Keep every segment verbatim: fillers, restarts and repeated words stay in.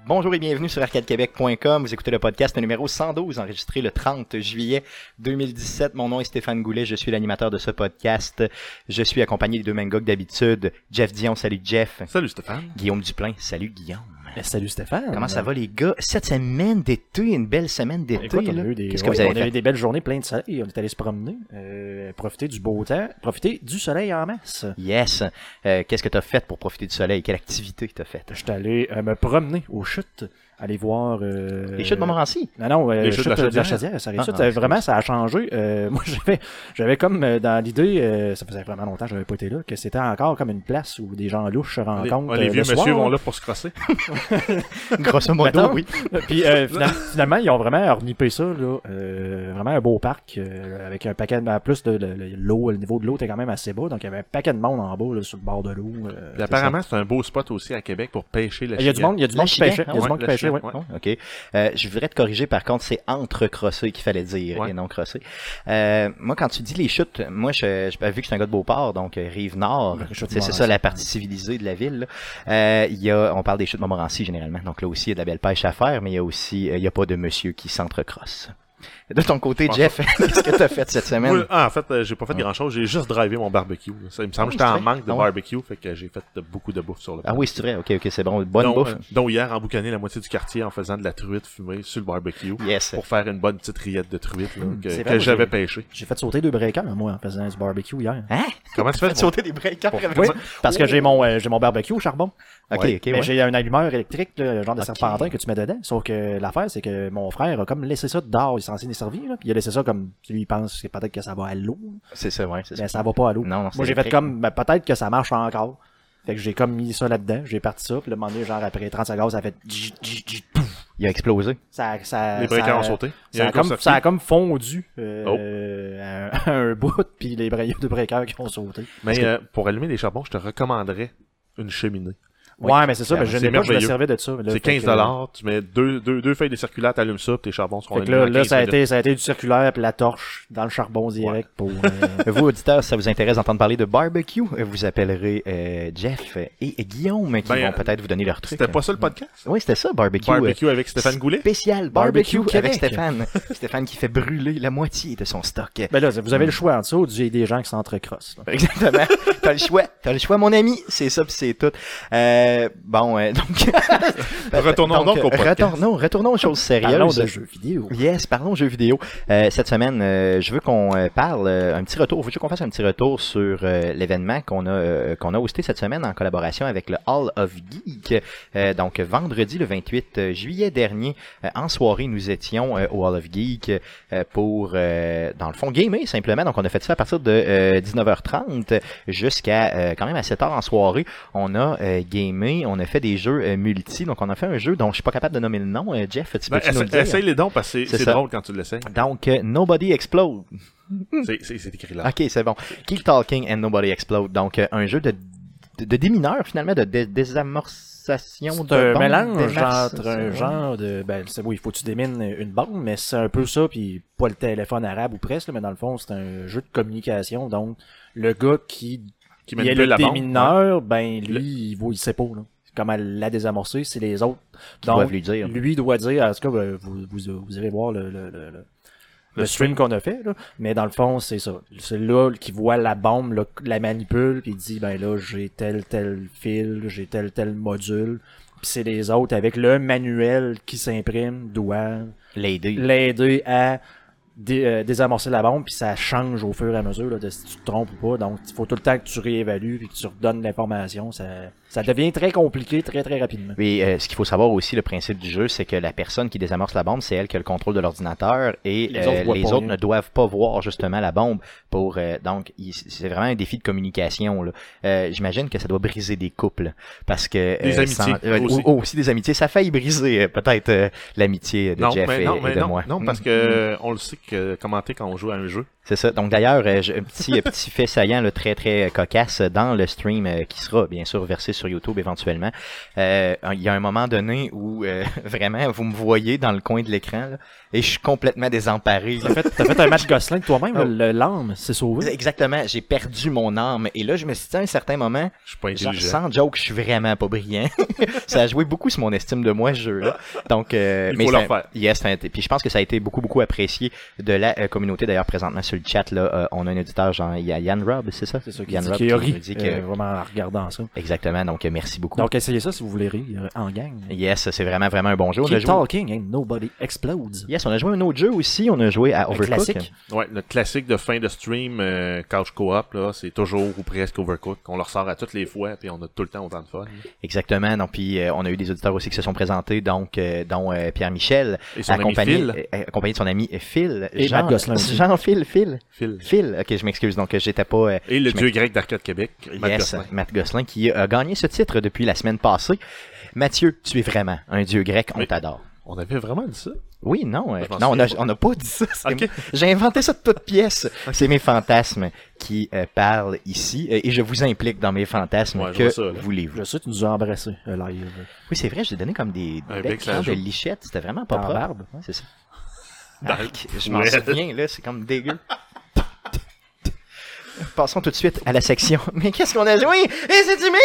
Bonjour et bienvenue sur arcade québec point com. Vous écoutez le podcast numéro cent douze, enregistré le trente juillet deux mille dix-sept. Mon nom est Stéphane Goulet, je suis l'animateur de ce podcast. Je suis accompagné des deux mêmes gars que d'habitude. Jeff Dion, salut Jeff. Salut Stéphane. Guillaume Duplain, salut Guillaume. Ben, salut Stéphane. Comment ça va les gars? Cette semaine d'été, une belle semaine d'été. Écoute, on là. a eu des, Qu'est-ce ouais, que vous avez on fait? a eu des belles journées pleines de soleil. On est allé se promener, euh, profiter du beau temps, profiter du soleil en masse. Yes. Euh, qu'est-ce que t'as fait pour profiter du soleil? Quelle activité t'as faite? J'étais allé euh, me promener aux chutes, aller voir... Euh, Les chutes de Montmorency? Non, non, euh, Les chutes, chutes de la de la Chaudière. Chaudière. Ça, Ah, chutes, ah, euh, c'est vraiment, cool. ça a changé. Euh, moi, j'avais, j'avais comme euh, dans l'idée, euh, ça faisait vraiment longtemps que j'avais pas été là, que c'était encore comme une place où des gens louches se Les, rencontrent. les euh, vieux le messieurs soir. vont là pour se crosser. Grosso modo, Mettons. oui. Puis euh, fina- finalement, ils ont vraiment ornipé ça, là. Euh, vraiment un beau parc euh, avec un paquet de. En plus, de, le, le- l'eau, le niveau de l'eau était quand même assez bas, donc il y avait un paquet de monde en bas, là, sur le bord de l'eau. euh. Puis apparemment, c'est un beau spot aussi à Québec pour pêcher la Il y a du chienne. monde, il y a du La monde qui chienne, pêchait. Il y a ah du monde ouais, qui la pêchait, ouais. chienne, ouais. Oh, ok. Euh, je voudrais te corriger, par contre, c'est entre-crossé qu'il fallait dire Ouais. et non crossé. Euh, moi, quand tu dis les chutes, moi, je, je, vu que je suis un gars de Beauport, donc euh, Rive-Nord, Les chutes c'est, c'est ça Montmorency. la partie civilisée de la ville. Là. Euh, il y a, on parle des chutes Montmorency généralement, donc là aussi, il y a de la belle pêche à faire, mais il y a aussi, euh, il y a pas de monsieur qui s'entrecrosse. De ton côté, Bon, Jeff, qu'est-ce que t'as fait cette semaine? Moi, ah, en fait, euh, j'ai pas fait grand chose. J'ai juste drivé mon barbecue. là. Ça, il me semble Ah, que j'étais en c'est vrai? manque de Ah ouais. barbecue, fait que j'ai fait de- beaucoup de bouffe sur le Ah oui, c'est vrai, ok, ok, c'est bon, bonne dont, bouffe. euh, dont hier, emboucané la moitié du quartier en faisant de la truite fumée sur le barbecue. Yes. Pour faire une bonne petite rillette de truite là, que, c'est que vrai, j'avais j'ai- pêché. J'ai fait sauter deux breakers, moi, en faisant du barbecue hier. Hein? Comment tu fais? Faites sauter des breakers avec Oui, ça? parce que j'ai mon, euh, j'ai mon barbecue au charbon. Ok, Ouais. ok, Mais ouais. j'ai un allumeur électrique, là, genre de Ok. serpentin que tu mets dedans. Sauf que l'affaire, c'est que mon frère a comme laissé ça dehors. Il est censé les servir, là. Puis il a laissé ça comme, lui, il pense que peut-être que ça va à l'eau. C'est ça, ouais, c'est ça. Mais ça va pas à l'eau. Non, non, c'est Moi, j'ai fait électrique. comme, ben, peut-être que ça marche encore. Fait que j'ai comme mis ça là-dedans. J'ai parti ça. Puis le moment donné, genre après trente secondes, ça a fait dji, dji, dji, pouf. Il a explosé. Ça, ça, Les breakers ça- ont sauté. Il y Ça a a, un comme, court-circuit. ça a comme fondu Oh. euh, à, un, à un bout, puis les breakers de breakers qui ont sauté. Mais euh, pour allumer des charbons, je te recommanderais une cheminée. Oui, Ouais, mais c'est ça, mais clairement. je C'est n'ai pas, je me merveilleux. servais de ça. Là, C'est fait quinze que- dollars. Tu mets deux, deux, deux feuilles de circulaire, t'allumes ça, puis tes charbons seront Fait que allumés là, en là quinze ça, a minutes. été, ça a été du circulaire puis la torche dans le charbon direct pour... euh, Vous, auditeurs, si ça vous intéresse d'entendre parler de barbecue, vous appellerez euh, Jeff et Guillaume qui Ben, vont euh, peut-être vous donner leur truc. C'était pas ça le podcast? Oui, c'était ça, barbecue. Barbecue euh, avec Stéphane Goulet? Spécial barbecue, Barbecue avec Québec. Stéphane. Stéphane qui fait brûler la moitié de son stock. Ben là, vous avez le choix en dessous, il y a des gens qui s'entrecrossent. là. Exactement. T'as le choix. T'as le choix, mon ami. C'est ça, pis c'est tout. Euh, bon, euh, donc... Retournons donc au podcast. Retournons, retournons aux choses Parlons sérieuses. de jeux vidéo. Yes, parlons jeux vidéo. Euh, cette semaine, euh, je veux qu'on euh, parle euh, un petit retour. Je veux qu'on fasse un petit retour sur euh, l'événement qu'on a euh, qu'on a hosté cette semaine en collaboration avec le Hall of Geek. Euh, donc vendredi le vingt-huit juillet dernier, euh, en soirée, nous étions euh, au Hall of Geek euh, pour, euh, dans le fond, gamer simplement. Donc on a fait ça à partir de euh, dix-neuf heures trente jusqu'à euh, quand même à sept heures en soirée. On a euh, gamé, on a fait des jeux euh, multi. Donc on a fait un jeu dont je suis pas capable de nommer le nom. Euh, Jeff, tu Ben, peux-tu nous le essa- dire? essaye les dons parce que c'est C'est c'est ça. drôle quand tu l'essayes. Donc, euh, Nobody Explode. C'est- C'est c'est écrit là. Ok, c'est bon. Keep Talking and Nobody Explode. Donc, euh, un jeu de, de, de démineur, finalement, de dé- désamorçation C'est de un bombes, mélange démars- entre un genre de... Ben, c'est oui, il faut que tu démines une bombe, mais c'est un peu ça, puis pas le téléphone arabe ou presque, là, mais dans le fond, c'est un jeu de communication. Donc, le gars qui, Qui qui est manipule le la bombe. démineur, ben, lui, Le- il, vaut, il sait pas, là. Comment la désamorcer, c'est les autres. Qui Donc, doivent lui dire. lui doit dire, en tout cas, ben, vous, vous, vous allez voir le, le, le, le, le stream qu'on a fait, là. Mais dans le fond, c'est ça. C'est là qui voit la bombe, là, la manipule, puis il dit, ben là, j'ai tel, tel fil, j'ai tel, tel module. Puis c'est les autres, avec le manuel qui s'imprime, doivent L'aider. l'aider à dé- euh, désamorcer la bombe, puis ça change au fur et à mesure là, de si tu te trompes ou pas. Donc, il faut tout le temps que tu réévalues et que tu redonnes l'information. Ça, ça devient très compliqué très très rapidement. Mais euh, ce qu'il faut savoir aussi, le principe du jeu, c'est que la personne qui désamorce la bombe, c'est elle qui a le contrôle de l'ordinateur et Les euh, autres voient les pas autres rien. ne doivent pas voir justement la bombe. Pour euh, donc, il- c'est vraiment un défi de communication. Là. Euh, j'imagine que ça doit briser des couples parce que Des euh, amitiés euh, aussi. oh, aussi des amitiés. Ça a failli briser euh, peut-être euh, l'amitié de Non, Jeff mais et, non, et mais de non, moi. non, parce que euh, on le sait que commenter quand on joue à un jeu, C'est ça. Donc d'ailleurs, euh, un petit, petit fait saillant là, très très cocasse dans le stream euh, qui sera bien sûr versé sur YouTube éventuellement. Euh, il y a un moment donné où euh, vraiment vous me voyez dans le coin de l'écran là, et je suis complètement désemparé. T'as fait, t'as fait un match Gosselin de toi-même, oh. le, l'âme s'est sauvée. Exactement, j'ai perdu mon âme. Et là, je me suis dit à un certain moment, je suis pas genre, intelligent. sans joke, je suis vraiment pas brillant. Ça a joué beaucoup sur mon estime de moi, ce jeu-là. Donc, euh, il mais faut le faire. Yes, un, puis je pense que ça a été beaucoup, beaucoup apprécié de la euh, communauté. D'ailleurs, présentement sur le chat, là, euh, on a un auditeur, genre, il y a Yann Robb, c'est ça? C'est ça, qui Yann dit Robb qu'il a ri, nous dit que... euh, vraiment en regardant ça. Exactement, donc euh, merci beaucoup. Donc, essayez ça si vous voulez rire en gang. Yes, c'est vraiment, vraiment un bon jeu. On Keep a joué... talking and nobody explodes. Yes, on a joué un autre jeu aussi. On a joué à Overcooked. Classique. Ouais, notre classique de fin de stream, euh, Couch Co-op, là, c'est toujours ou presque Overcooked. On le ressort à toutes les fois, puis on a tout le temps autant de fun. Là. Exactement. Donc, puis euh, on a eu des auditeurs aussi qui se sont présentés, donc euh, dont euh, Pierre-Michel, Et son accompagné, ami Phil. euh, accompagné de son ami Phil. Et Jean, Matt Gosselin aussi. Jean-Phil, Phil. Phil. Phil. Ok, je m'excuse. Donc, j'étais pas... Euh, Et le je dieu grec d'Arcade Québec, Matt yes, Gosselin. Matt Gosselin, qui a gagné ce titre depuis la semaine passée. Mathieu, tu es vraiment un dieu grec, on Mais- t'adore. On avait vraiment dit ça? Oui, non, euh, Je m'en non, on a, souviens pas. on a pas dit ça. c'est- Ok. J'ai inventé ça de toutes pièces. C'est mes fantasmes qui euh, parlent ici, euh, et je vous implique dans mes fantasmes. Ouais, je que vois ça, là. voulez-vous? Je sais, tu nous as embrassés euh, live. Oui, c'est vrai, j'ai donné comme des, Un des bec, becs ça genre de joue. lichettes. C'était vraiment pas En propre. barbe, ouais. C'est ça. Dans Arc, le je m'en poêle. souviens, là, c'est comme dégueu. Passons tout de suite à la section. Mais qu'est-ce qu'on a joué? Et c'est du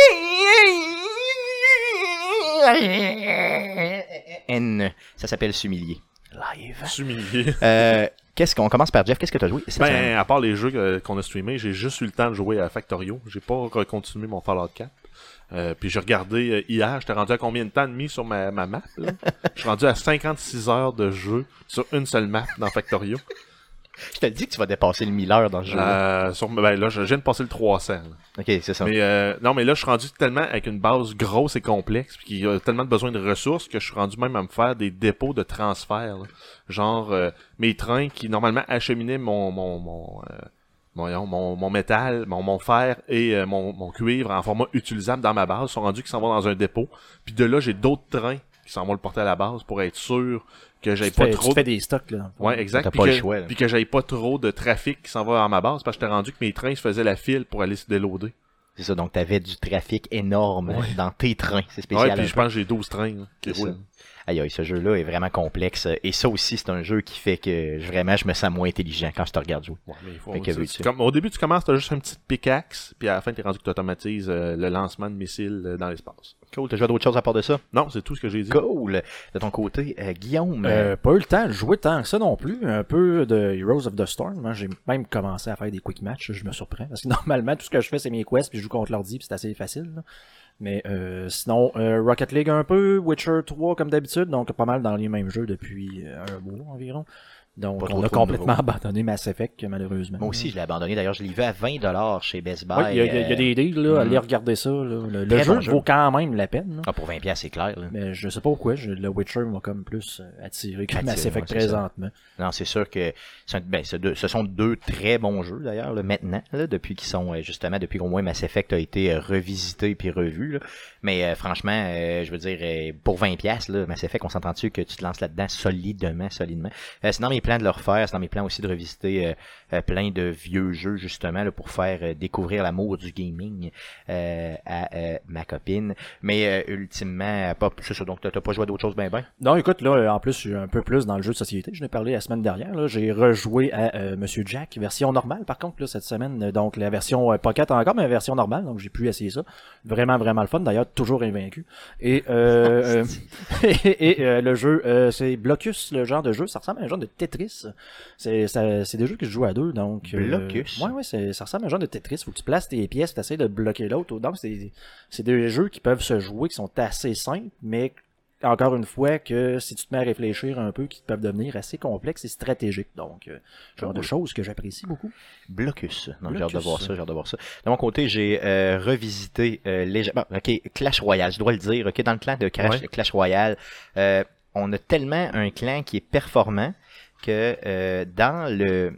N. Ça s'appelle s'humilier. Live. S'humilier. Euh, qu'est-ce qu'on commence par Jeff? Qu'est-ce que t'as joué? cette semaine? Ben, à part les jeux euh, qu'on a streamés, j'ai juste eu le temps de jouer à Factorio. J'ai pas continué mon Fallout quatre. Euh, puis j'ai regardé euh, hier, j'étais rendu à combien de temps de mis sur ma, ma map, là? Je suis rendu à cinquante-six heures de jeu sur une seule map dans Factorio. Je te le dis que tu vas dépasser le mille heures dans ce jeu. Euh, sur, ben là, je viens de passer le trois cents. Là. Ok, c'est ça. Mais euh, non, mais là, je suis rendu tellement avec une base grosse et complexe, puis qu'il y a tellement de besoin de ressources que je suis rendu même à me faire des dépôts de transfert. Là. Genre euh, mes trains qui normalement acheminaient mon mon mon euh, mon, mon, mon métal, mon, mon fer et euh, mon, mon cuivre en format utilisable dans ma base sont rendus qui s'en vont dans un dépôt. Puis de là, j'ai d'autres trains qui s'en vont le porter à la base pour être sûr que j'aille Tu pas fais, trop. tu fais des stocks, là. Ouais, exact. T'as Puis pas que, le choix, là. puis que j'aille pas trop de trafic qui s'en va dans ma base parce que j'étais rendu que mes trains se faisaient la file pour aller se déloader. C'est ça, donc t'avais du trafic énorme Ouais. dans tes trains. C'est spécial. Ouais, puis un je peu. pense que j'ai douze trains là, qui C'est roulent. ça. Aïe, aïe, ce jeu-là est vraiment complexe. Et ça aussi, c'est un jeu qui fait que je- vraiment, je me sens moins intelligent quand je te regarde jouer. Ouais, mais il faut, Fait que c'est- veux-tu? c'est comme, au début, tu commences, t'as juste une petite pickaxe, puis à la fin, t'es rendu que t'automatises euh, le lancement de missiles euh, dans l'espace. Cool, t'as joué à d'autres choses à part de ça? Non, c'est tout ce que j'ai dit. Cool! De ton côté, euh, Guillaume, Euh, pas eu le temps de jouer tant que ça non plus. Un peu de Heroes of the Storm. Moi, j'ai même commencé à faire des quick matchs. Je me surprends. Parce que normalement, tout ce que je fais, c'est mes quests, puis je joue contre l'ordi, puis c'est assez facile. Là. Mais euh, sinon, euh, Rocket League un peu, Witcher trois comme d'habitude, donc pas mal dans les mêmes jeux depuis euh, un mois environ. Donc Pas trop on a trop complètement nouveau. abandonné Mass Effect, malheureusement. moi aussi, je l'ai abandonné. D'ailleurs, je l'ai vu à vingt dollars chez Best Buy. Oui, il y, a- il y a- il y a des deals, là, mm. allez regarder ça. Là. Le, le Très jeu bon jeu. vaut quand même la peine. Là. Ah, pour vingt piastres, c'est clair. Là. Mais je sais pas pourquoi, je- le Witcher m'a comme plus euh, attiré que Attiré, Mass Effect ouais, c'est ça. présentement. Non, c'est sûr que c'est un- ben, c'est deux- ce sont deux très bons jeux d'ailleurs là, maintenant, là, depuis qu'ils sont euh, justement depuis qu'au moins Mass Effect a été euh, revisité puis revu. Là. Mais euh, franchement, euh, je veux dire, euh, pour vingt piastres, là, Mass Effect, on s'entend-tu que tu te lances là-dedans solidement, solidement. Euh, c'est dans mes plans de le refaire, c'est dans mes plans aussi de revisiter euh, euh, plein de vieux jeux justement là, pour faire euh, découvrir l'amour du gaming euh, à euh, ma copine. Mais euh, ultimement, pas c'est ça. Donc t'as t'as pas joué à d'autres choses ben ben. Non, écoute, là, en plus, je suis un peu plus dans le jeu de société. Je l'ai parlé la semaine dernière. Là, j'ai rejoué à euh, Monsieur Jack, version normale, par contre, là, cette semaine. euh, Donc, la version euh, Pocket encore, mais la version normale. Donc, j'ai pu essayer ça. Vraiment, vraiment le fun. D'ailleurs, toujours invaincu. Et, euh, euh, et, et, euh, le jeu, euh, c'est Blocus, le genre de jeu. Ça ressemble à un genre de Tetris. C'est, ça, c'est des jeux qui se jouent à deux. Donc, euh, Blocus? ouais, ouais, c'est, ça ressemble à un genre de Tetris. Faut que tu places tes pièces, tu essaies de bloquer l'autre. Donc, c'est, c'est des jeux qui peuvent se jouer, qui sont assez simples, mais encore une fois, que si tu te mets à réfléchir un peu, qui peuvent devenir assez complexes et stratégiques. Donc, euh, genre de choses que j'apprécie beaucoup. Blocus. Non, j'ai hâte de Blocus. voir ça, j'ai hâte de voir ça. De mon côté, j'ai euh, revisité euh, les... Bon, ok, Clash Royale, je dois le dire. Ok, dans le clan de Clash, Ouais. Clash Royale, euh, on a tellement un clan qui est performant que euh, dans le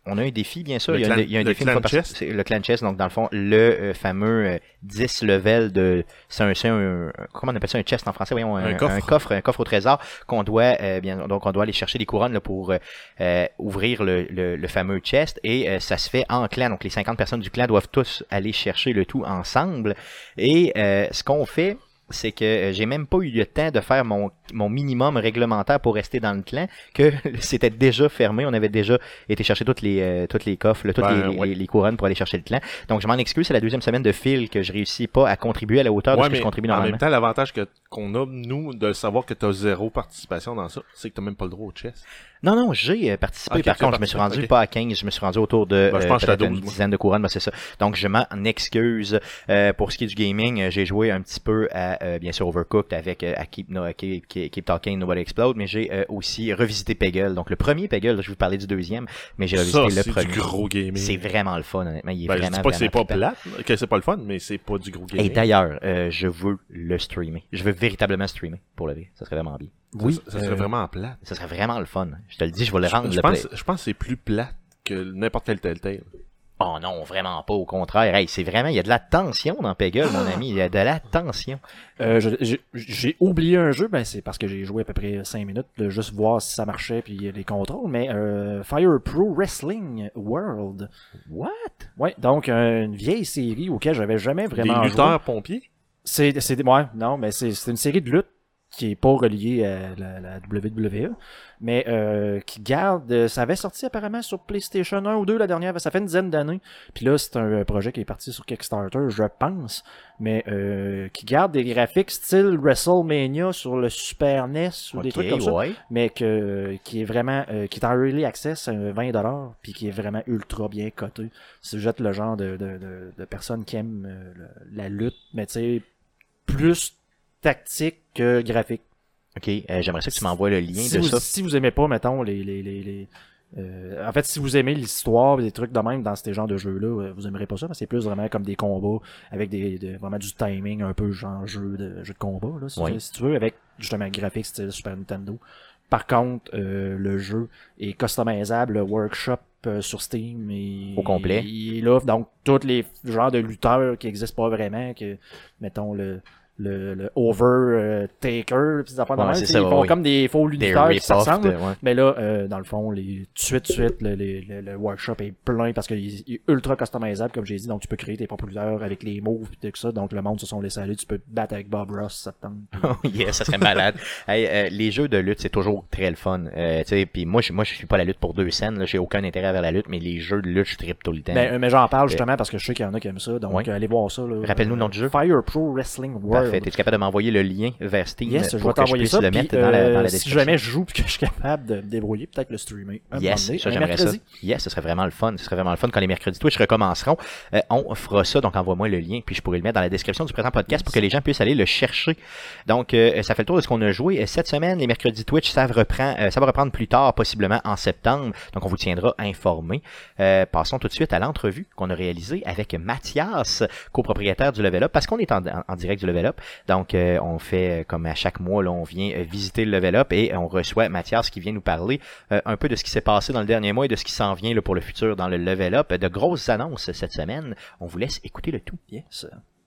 on a un défi, bien sûr. Le il y a un, clan, il y a un le défi clan une fois par- chest. c'est le clan chest. Donc, dans le fond, le euh, fameux euh, dix levels de... C'est un, c'est un... Comment on appelle ça? Un chest en français? Voyons, un, Un coffre. un coffre, un coffre au trésor qu'on doit... Euh, bien, donc, on doit aller chercher des couronnes là, pour euh, euh, ouvrir le, le, le fameux chest. Et euh, ça se fait en clan. Donc, les cinquante personnes du clan doivent tous aller chercher le tout ensemble. Et euh, ce qu'on fait... c'est que euh, j'ai même pas eu le temps de faire mon, mon minimum réglementaire pour rester dans le clan, que c'était déjà fermé, on avait déjà été chercher toutes les euh, toutes les coffres, là, toutes Ben, les, ouais. les, les couronnes pour aller chercher le clan. Donc je m'en excuse, c'est la deuxième semaine de fil que je réussis pas à contribuer à la hauteur de Ouais, ce que mais je contribue en normalement. même temps, l'avantage que, qu'on a, nous, de savoir que t'as zéro participation dans ça, c'est que t'as même pas le droit au chess. Non, non, j'ai euh, participé. Ok, Par tu as contre, je me suis rendu participé, ok. pas à quinze, je me suis rendu autour de Ben, je euh, pense que j'étais à peut-être douze, une moi. dizaine de couronnes, ben, c'est ça. Donc je m'en excuse. Euh, pour ce qui est du gaming, euh, j'ai joué un petit peu à, euh, bien sûr, Overcooked avec euh, à Keep, no, Keep, Keep, Keep Talking, Nobody Explode, mais j'ai euh, aussi revisité Peggle. Donc le premier Peggle, là, je vais vous parler du deuxième, mais j'ai Ça, revisité le c'est premier. du gros gaming. C'est vraiment le fun, honnêtement. Il est Ben, je vraiment, dis pas que c'est vraiment pas trippant. plate, que c'est pas le fun, mais c'est pas du gros gaming. Et d'ailleurs, euh, je veux le streamer. Je veux véritablement streamer, pour le vrai. Ça serait vraiment bien. Oui, Ça, ça serait euh, vraiment plate. Ça serait vraiment le fun. Je te le dis, je vais le Je, rendre. je le pense, play- je pense que c'est plus plate que n'importe quel Telltale. Oh non, vraiment pas. Au contraire, hey, c'est vraiment, il y a de la tension dans Peggle, mon ami. Il y a de la tension. Euh, je- j'ai- j'ai oublié un jeu, ben c'est parce que j'ai joué à peu près cinq minutes, de juste voir si ça marchait puis les contrôles, mais euh, Fire Pro Wrestling World. What? Ouais, donc euh, une vieille série auquel j'avais jamais vraiment Les joué. lutteurs pompiers? C'est, c'est, ouais, non, mais c'est, c'est une série de lutte qui est pas reliée à la, la W W E, mais euh, qui garde, ça avait sorti apparemment sur PlayStation un ou deux la dernière, ça fait une dizaine d'années, puis là c'est un projet qui est parti sur Kickstarter, je pense, mais euh, qui garde des graphiques style WrestleMania sur le Super N E S ou des Ok, trucs comme ça, ouais. mais que, qui est vraiment, euh, qui est en early access à vingt dollars, puis qui est vraiment ultra bien coté. Si vous êtes le genre de, de, de, de personnes qui aiment euh, le- la lutte, mais tu sais, plus tactique que graphique. Ok, euh, j'aimerais ça que tu m'envoies le lien Si de vous, ça. si vous aimez pas, mettons, les... les, les, les euh, en fait, si vous aimez l'histoire, des trucs de même dans ces genres de jeux-là, euh, vous aimerez pas ça, mais c'est plus vraiment comme des combats avec des, de- vraiment du timing, un peu genre jeu de, jeu de combat, là, si, Oui. si tu veux, avec justement un graphique style Super Nintendo. Par contre, euh, le jeu est customisable, le workshop euh, sur Steam et Au complet. il est là, donc tous les genres de lutteurs qui existent pas vraiment, que mettons le le, le over euh, taker, pis des affaires de Ouais, même, c'est tu sais, ça, ils ouais, font ouais. comme des faux Des lutteurs qui se rip-off ressemblent. de- ouais. Mais là, euh, dans le fond, les, tout de suite, tout de suite, le, le, le, le workshop est plein parce qu'il il est ultra customisable, comme j'ai dit. Donc, tu peux créer tes propres lutteurs avec les moves et tout ça. Donc, le monde se sont laissés aller. Tu peux te battre avec Bob Ross, ça te tente. Puis- yes, ça serait malade. Hey, euh, les jeux de lutte, c'est toujours très le fun. Euh, tu sais, puis moi, je, moi, je suis pas à la lutte pour deux scènes. Là, j'ai aucun intérêt vers la lutte, mais les jeux de lutte, je trippe tout le temps. Ben, euh, mais j'en parle justement parce que je sais qu'il y en a qui aiment ça. Donc, Ouais. euh, allez voir ça. Là. Rappelle-nous le nom du jeu. Fire Pro Wrestling World. Parfait. Es-tu capable de m'envoyer le lien vers Steam Yes, je pour vais que je t'envoyer puisse ça. le puis, mettre dans, la, dans la euh, description? si jamais je joue et que je suis capable de me débrouiller, peut-être le streamer. un moment Yes, donné, ça un j'aimerais ça. mercredi. Yes, ce serait vraiment le fun. Ce serait vraiment le fun quand les mercredis Twitch recommenceront. Euh, on fera ça, donc envoie-moi le lien, puis je pourrai le mettre dans la description du présent podcast pour que les gens puissent aller le chercher. Donc, euh, ça fait le tour de ce qu'on a joué. Euh, Cette semaine, les mercredis Twitch, ça, reprend, euh, ça va reprendre plus tard, possiblement en septembre. Donc, on vous tiendra informé. Euh, passons tout de suite à l'entrevue qu'on a réalisée avec Mathias, copropriétaire du Level Up, parce qu'on est en, en, en direct du Level Up. Donc, euh, on fait, euh, comme à chaque mois, là, on vient euh, visiter le Level Up et on reçoit Mathias qui vient nous parler euh, un peu de ce qui s'est passé dans le dernier mois et de ce qui s'en vient là, pour le futur dans le Level Up. De grosses annonces cette semaine. On vous laisse écouter le tout. Yes.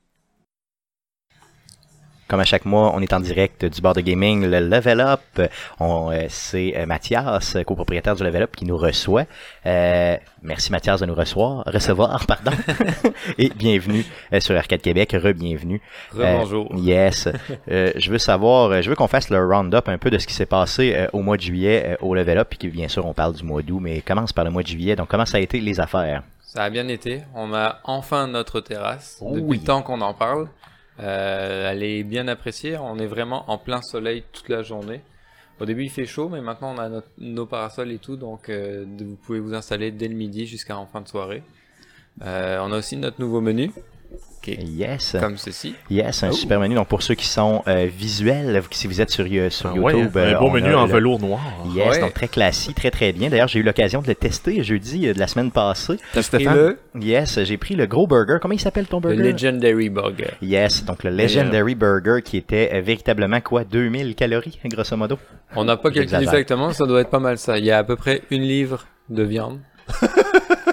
Comme à chaque mois, on est en direct du bar de gaming, le Level Up. On, euh, c'est euh, Mathias, copropriétaire du Level Up, qui nous reçoit. Euh, merci Mathias de nous recevoir, recevoir, pardon. Et bienvenue euh, sur Arcade Québec, re-bienvenue. Rebonjour. Euh, yes. Euh, je veux savoir, euh, je veux qu'on fasse le round-up un peu de ce qui s'est passé euh, au mois de juillet euh, au Level Up, puis que, bien sûr on parle du mois d'août, mais commence par le mois de juillet. Donc comment ça a été les affaires? Ça a bien été. On a enfin notre terrasse. Oh Depuis oui. le temps qu'on en parle. Euh, elle est bien appréciée. On est vraiment en plein soleil toute la journée. Au début il fait chaud, mais maintenant on a notre- nos parasols et tout, donc euh, de- vous pouvez vous installer dès le midi jusqu'à en fin de soirée. Euh, on a aussi notre nouveau menu, qui est Yes. comme ceci. Yes, un Oh. super menu. Donc pour ceux qui sont euh, visuels, si vous êtes sur, euh, sur Ah ouais, YouTube, un euh, beau on menu a en le- velours noir. Yes, Ouais. donc très classique, très très bien. D'ailleurs, j'ai eu l'occasion de le tester jeudi euh, de la semaine passée. T'as pris Stéphane? le, Yes, j'ai pris le gros burger. Comment il s'appelle ton le burger? Legendary Burger. Yes, donc le Legendary Burger qui était euh, véritablement quoi, deux mille calories, grosso modo. On n'a pas calculé J'exagère. exactement, ça doit être pas mal ça. Il y a à peu près une livre de viande.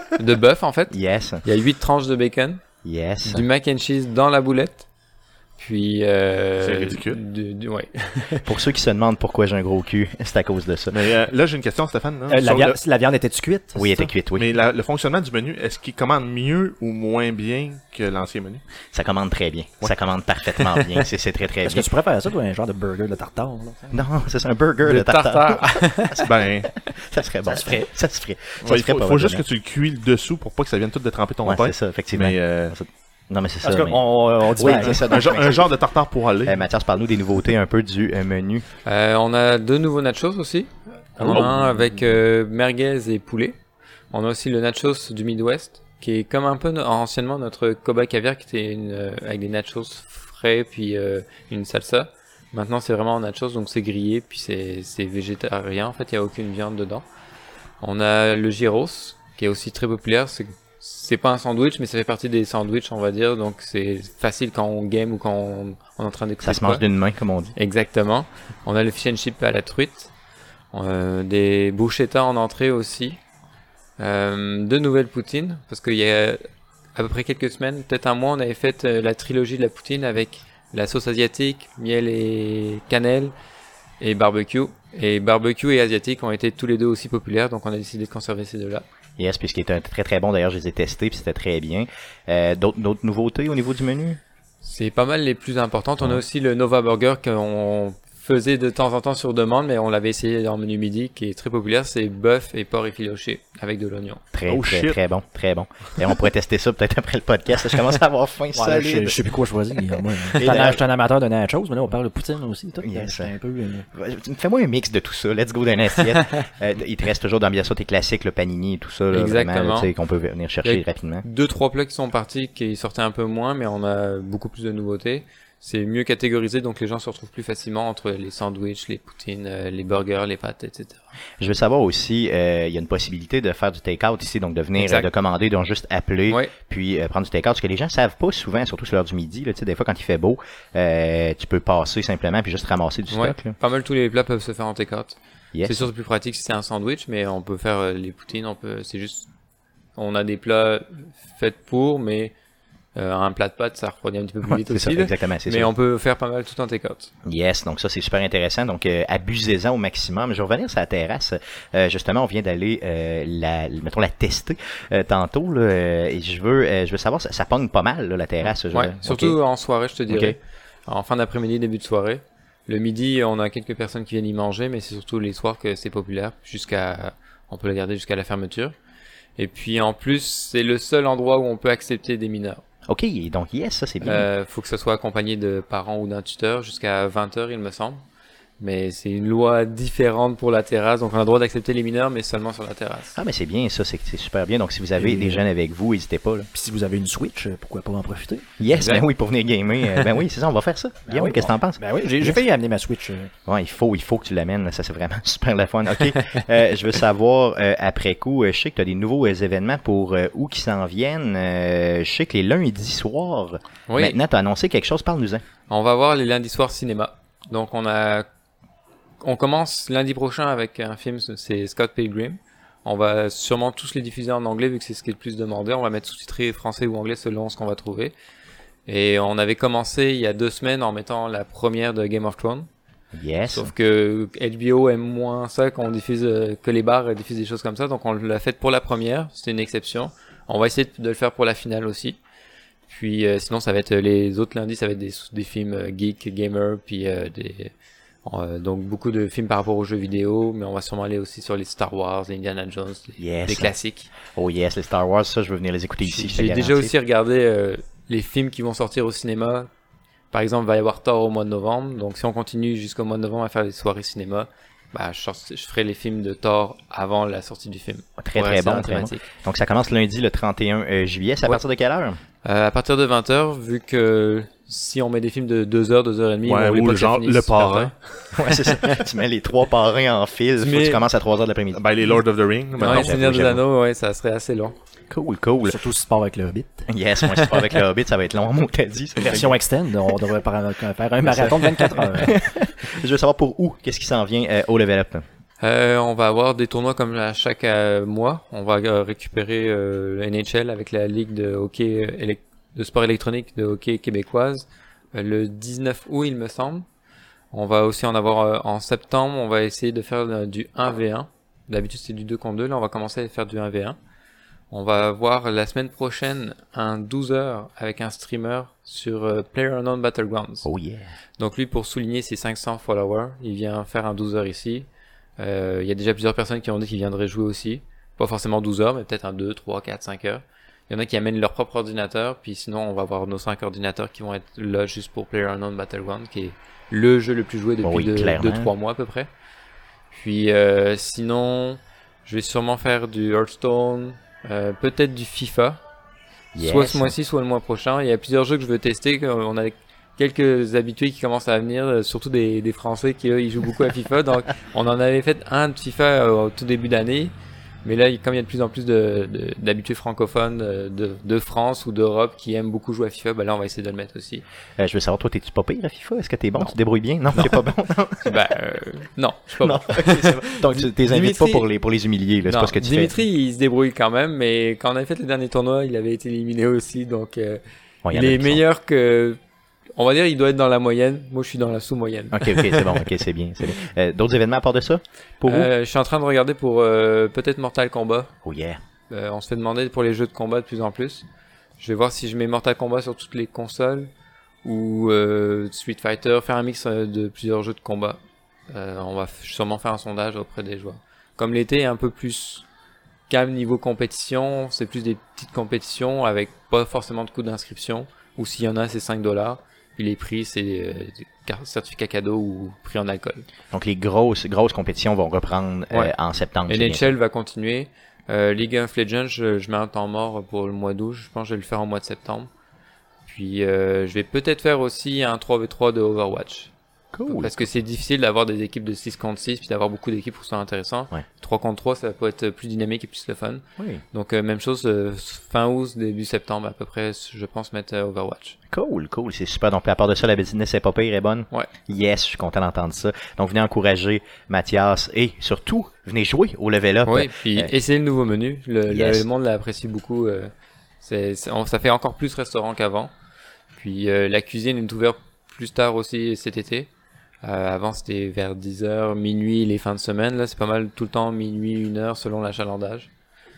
de bœuf en fait. Yes. Il y a huit tranches de bacon, Yes. du mac and cheese dans la boulette. Puis euh, C'est ridicule. Du, du, ouais. Pour ceux qui se demandent pourquoi j'ai un gros cul, c'est à cause de ça. Mais euh, là, j'ai une question, Stéphane. Hein, Euh, la, sur viande, le- la viande était-tu cuite? Oui, elle c'est était cuite, oui. Mais la- le fonctionnement du menu, est-ce qu'il commande mieux ou moins bien que l'ancien menu? Ça commande très bien. Ça commande parfaitement bien. C'est c'est très très Est-ce bien. que tu pourrais faire ça, toi, un genre de burger de tartare? Là? Non, c'est un burger Le de tartare. Ben, Ça serait bon. Ça se ferait. Ça se ferait. Ça ouais, se il ferait faut, pas faut juste que vraiment. tu le cuis le dessous pour pas que ça vienne tout détremper ton Ouais, pain. c'est ça, effectivement. Mais euh, Non, mais c'est ça. Parce mais- qu'on on dit Oui, pas, c'est ça. un, donc, genre, un genre de tartare pour aller. Euh, Mathias, parle-nous des nouveautés un peu du euh, menu. Euh, on a deux nouveaux nachos aussi. On en a un avec euh, merguez et poulet. On a aussi le nachos du Midwest, qui est comme un peu no- anciennement notre Koba caviar, qui était une, euh, avec des nachos frais puis euh, une salsa. Maintenant c'est vraiment en nachos, donc c'est grillé puis c'est c'est végétarien. En fait, il y a aucune viande dedans. On a le gyros, qui est aussi très populaire. C'est c'est pas un sandwich, mais ça fait partie des sandwichs, on va dire. Donc c'est facile quand on game ou quand on, on est en train d'écouter. Ça se quoi. mange d'une main, comme on dit. Exactement. On a le fish and chip à la truite. Euh, des bruschettas en entrée aussi. Euh, deux nouvelles poutines. Parce qu'il y a à peu près quelques semaines, peut-être un mois, on avait fait euh, la trilogie de la poutine avec la sauce asiatique, miel et cannelle et barbecue. Et barbecue et asiatique ont été tous les deux aussi populaires. Donc on a décidé de conserver ces deux-là. Yes, puisqu'il était très très bon. D'ailleurs, je les ai testés, puis c'était très bien. Euh, D'autres d'autres nouveautés au niveau du menu? C'est pas mal les plus importantes. On a aussi le Nova Burger qu'on faisait de temps en temps sur demande, mais on l'avait essayé dans le menu midi, qui est très populaire. C'est bœuf et porc effiloché avec de l'oignon. Très, Oh, très, shit. très bon, très bon. Et on pourrait tester ça peut-être après le podcast. Je commence à avoir faim Ouais, là, je, sais- solide. je sais plus quoi choisir. Moi, Et je suis un- la- je suis un amateur de nachos, mais là, on parle de poutine aussi. Tout, Yes. c'est un peu, euh, Fais-moi un mix de tout ça. Let's go d'un assiette. Euh, il te reste toujours dans bien sûr tes classiques, le panini et tout ça. Là, Exactement. vraiment, là, tu sais, qu'on peut venir chercher Il y a- rapidement. Deux, trois plats qui sont partis, qui sortaient un peu moins, mais on a beaucoup plus de nouveautés. C'est mieux catégorisé, donc les gens se retrouvent plus facilement entre les sandwichs, les poutines, euh, les burgers, les pâtes, et cetera. Je veux savoir aussi, euh, il y a une possibilité de faire du take-out ici, donc de venir, Exact. euh, de commander, donc juste appeler, Ouais. puis euh, prendre du take-out. Ce que les gens savent pas souvent, surtout sur l'heure du midi, là, tu sais, des fois quand il fait beau, euh, tu peux passer simplement puis juste ramasser du Ouais. stock. Là. Pas mal tous les plats peuvent se faire en take-out. Yes. C'est sûr, c'est plus pratique si c'est un sandwich, mais on peut faire euh, les poutines, on peut, c'est juste, on a des plats faits pour, mais euh, un plat de pâtes, ça refroidit un petit peu plus Ouais, vite c'est ça, aussi. là. exactement, c'est Mais ça. on peut faire pas mal tout en take-out. Yes, donc ça c'est super intéressant. Donc euh, abusez-en au maximum. Je vais revenir sur la terrasse. Euh, justement, on vient d'aller euh, la, mettons la tester euh, tantôt là, euh, et je veux, euh, je veux savoir, ça, ça pogne pas mal là, la terrasse. je- Ouais, ok. surtout en soirée, je te dirais. Ok. En fin d'après-midi, début de soirée. Le midi, on a quelques personnes qui viennent y manger, mais c'est surtout les soirs que c'est populaire, jusqu'à, on peut le garder jusqu'à la fermeture. Et puis en plus, c'est le seul endroit où on peut accepter des mineurs. Ok, donc yes, ça c'est bien. Euh, faut que ce soit accompagné de parents ou d'un tuteur jusqu'à vingt heures, il me semble. Mais c'est une loi différente pour la terrasse, donc on a le droit d'accepter les mineurs, mais seulement sur la terrasse. Ah mais c'est bien ça, c'est c'est super bien. Donc si vous avez Et- des jeunes avec vous, n'hésitez pas là. Puis si vous avez une Switch, euh, pourquoi pas en profiter? Yes, Exact. ben oui, pour venir gamer. euh, ben oui, c'est ça, on va faire ça. Bien oui, qu'est-ce que t'en penses? Ben oui, j'ai j'ai failli amener ma Switch. euh, Ouais, il faut, il faut que tu l'amènes. là. Ça, c'est vraiment super le fun. OK. Euh, je veux savoir, euh, après coup, euh, je sais que tu as des nouveaux euh, événements pour euh, où qui s'en viennent. Euh, je sais que les lundis soirs, Oui, maintenant, tu as annoncé quelque chose. Parle-nous-en. on va voir les lundis soirs cinéma. Donc on a, on commence lundi prochain avec un film, c'est Scott Pilgrim. On va sûrement tous les diffuser en anglais vu que c'est ce qui est le plus demandé. On va mettre sous-titré français ou anglais selon ce qu'on va trouver. Et on avait commencé il y a deux semaines en mettant la première de Game of Thrones. Yes. Sauf que H B O aime moins ça qu'on diffuse, euh, que les bars diffusent des choses comme ça. Donc on l'a fait pour la première, c'était une exception. On va essayer de le faire pour la finale aussi. Puis euh, sinon ça va être les autres lundis, ça va être des, des films euh, geek, gamer, puis euh, des euh, donc beaucoup de films par rapport aux jeux vidéo, mais on va sûrement aller aussi sur les Star Wars, les Indiana Jones, les, Yes. les classiques. Oh yes, les Star Wars, ça, je veux venir les écouter ici. je te J'ai déjà garantis. aussi regardé euh, les films qui vont sortir au cinéma. Par exemple, il va y avoir Thor au mois de novembre. Donc si on continue jusqu'au mois de novembre à faire des soirées cinéma, bah, je, sors- je ferai les films de Thor avant la sortie du film. Très, Pour très rester dans bon, la très bon. thématique. Donc, ça commence lundi, le trente et un euh, juillet. C'est à Ouais. partir de quelle heure? Euh, à partir de vingt heures, vu que si on met des films de deux heures, deux heures trente, Ouais, on voulait ou pas le que ça genre finisse Le super Parrain. tard. Ouais, c'est ça. Tu mets les trois parrains en fil. Tu Faut que mets- tu commences à trois heures de l'après-midi. Ben, les Lord of the Rings. Ouais, maintenant. Seigneur des j'avoue. Anneaux, ouais, ça serait assez long. Cool, cool. Surtout si tu pars avec le Hobbit. Yes, moi, c'est pas avec le Hobbit, ça va être long, moi, t'as dit. ça. Version extend, on devrait par- faire un marathon de vingt-quatre heures. Je veux savoir pour où, qu'est-ce qui s'en vient euh, au level up. Euh, on va avoir des tournois comme à chaque euh, mois. On va euh, récupérer euh, le N H L avec la ligue de hockey élec- de sport électronique de hockey québécoise euh, le dix-neuf août, il me semble. On va aussi en avoir euh, en septembre. On va essayer de faire euh, du un v un. D'habitude c'est du deux contre deux. Là on va commencer à faire du un v un. On va avoir la semaine prochaine un douze heures avec un streamer sur euh, PlayerUnknown's Battlegrounds. Oh yeah. Donc lui, pour souligner ses cinq cents followers, il vient faire un douze heures ici. Euh, il y a déjà plusieurs personnes qui ont dit qu'ils viendraient jouer aussi. Pas forcément douze heures, mais peut-être un deux, trois, quatre, cinq heures. Il y en a qui amènent leur propre ordinateur, puis sinon on va avoir nos cinq ordinateurs qui vont être là juste pour PlayerUnknown's Battlegrounds, qui est le jeu le plus joué depuis oui, deux trois mois à peu près. Puis euh, sinon, je vais sûrement faire du Hearthstone, euh, peut-être du FIFA. Yes. Soit ce mois-ci, soit le mois prochain. Il y a plusieurs jeux que je veux tester. On a quelques habitués qui commencent à venir, surtout des, des Français qui eux, ils jouent beaucoup à FIFA. Donc, on en avait fait un de FIFA au tout début d'année. Mais là, comme il y a de plus en plus de, de, d'habitués francophones de, de France ou d'Europe qui aiment beaucoup jouer à FIFA, ben là, on va essayer de le mettre aussi. Euh, je veux savoir, toi, t'es-tu pas pire à FIFA? Est-ce que t'es bon? Non. Tu te débrouilles bien? Non, t'es pas bon? ben, euh, non, je suis pas non. bon. Okay, c'est bon. Donc, tu t'es invites Dimitri... pas pour les, pour les humilier, là. C'est non, pas ce que tu Dimitri, fais. il se débrouille quand même, mais quand on avait fait le dernier tournoi, il avait été éliminé aussi, donc euh, bon, il est meilleur que... On va dire, il doit être dans la moyenne. Moi, je suis dans la sous-moyenne. Ok, ok, c'est bon, ok, c'est bien, c'est bien. Euh, d'autres événements à part de ça? Pour euh, Je suis en train de regarder pour euh, peut-être Mortal Kombat. vous? Oh yeah. Euh, on se fait demander pour les jeux de combat de plus en plus. Je vais voir si je mets Mortal Kombat sur toutes les consoles ou euh, Street Fighter, faire un mix de plusieurs jeux de combat. Euh, on va sûrement faire un sondage auprès des joueurs. Comme l'été est un peu plus calme niveau compétition, c'est plus des petites compétitions avec pas forcément de coût d'inscription, ou s'il y en a, c'est cinq dollars. Puis les prix, c'est euh, certificat cadeau ou prix en alcool. Donc les grosses grosses compétitions vont reprendre euh, ouais. en septembre. N H L va continuer. Euh, League of Legends, je, je mets un temps mort pour le mois d'août. Je pense que je vais le faire au mois de septembre. Puis euh, je vais peut-être faire aussi un trois v trois de Overwatch. Cool. Parce que c'est difficile d'avoir des équipes de six contre six, puis d'avoir beaucoup d'équipes pour que ce soit intéressant. Ouais. trois contre trois, ça peut être plus dynamique et plus le fun. Oui. Donc euh, même chose, euh, fin août, début septembre à peu près, je pense mettre euh, Overwatch. Cool, cool, c'est super. Donc à part de ça, la business est pas pire, est bonne. Ouais. Yes, je suis content d'entendre ça. Donc venez encourager Mathias et surtout, venez jouer au level up. Oui, puis euh, essayez le nouveau menu. Le, yes. le monde l'apprécie beaucoup. Euh, c'est, c'est, on, ça fait encore plus restaurant qu'avant. Puis euh, la cuisine est ouverte plus tard aussi cet été. Euh, avant c'était vers dix heures, minuit, les fins de semaine. Là c'est pas mal tout le temps, minuit, une heure selon l'achalandage.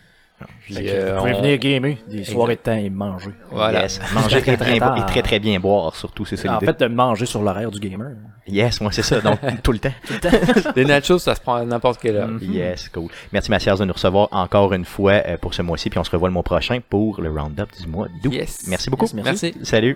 Puis, euh, vous pouvez on... venir gamer des soirées de temps et manger. Voilà. Yes. Manger très, très bien et très très bien boire surtout, c'est ça En l'idée. fait, de manger sur l'horaire du gamer. Yes, moi c'est ça, donc tout le temps. Tout le temps. Les nachos, ça se prend à n'importe quelle heure. Mm-hmm. Yes, cool. Merci Mathias de nous recevoir encore une fois euh, pour ce mois-ci, puis on se revoit le mois prochain pour le round-up du mois d'août. Yes. Merci beaucoup. Yes, merci. Merci. Salut.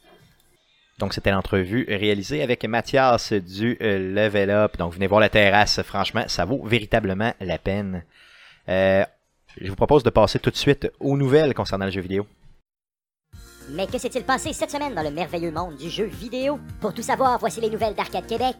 Donc, c'était l'entrevue réalisée avec Mathias du euh, Level Up. Donc, venez voir la terrasse. Franchement, ça vaut véritablement la peine. Euh, je vous propose de passer tout de suite aux nouvelles concernant le jeu vidéo. Mais que s'est-il passé cette semaine dans le merveilleux monde du jeu vidéo? Pour tout savoir, voici les nouvelles d'Arcade Québec.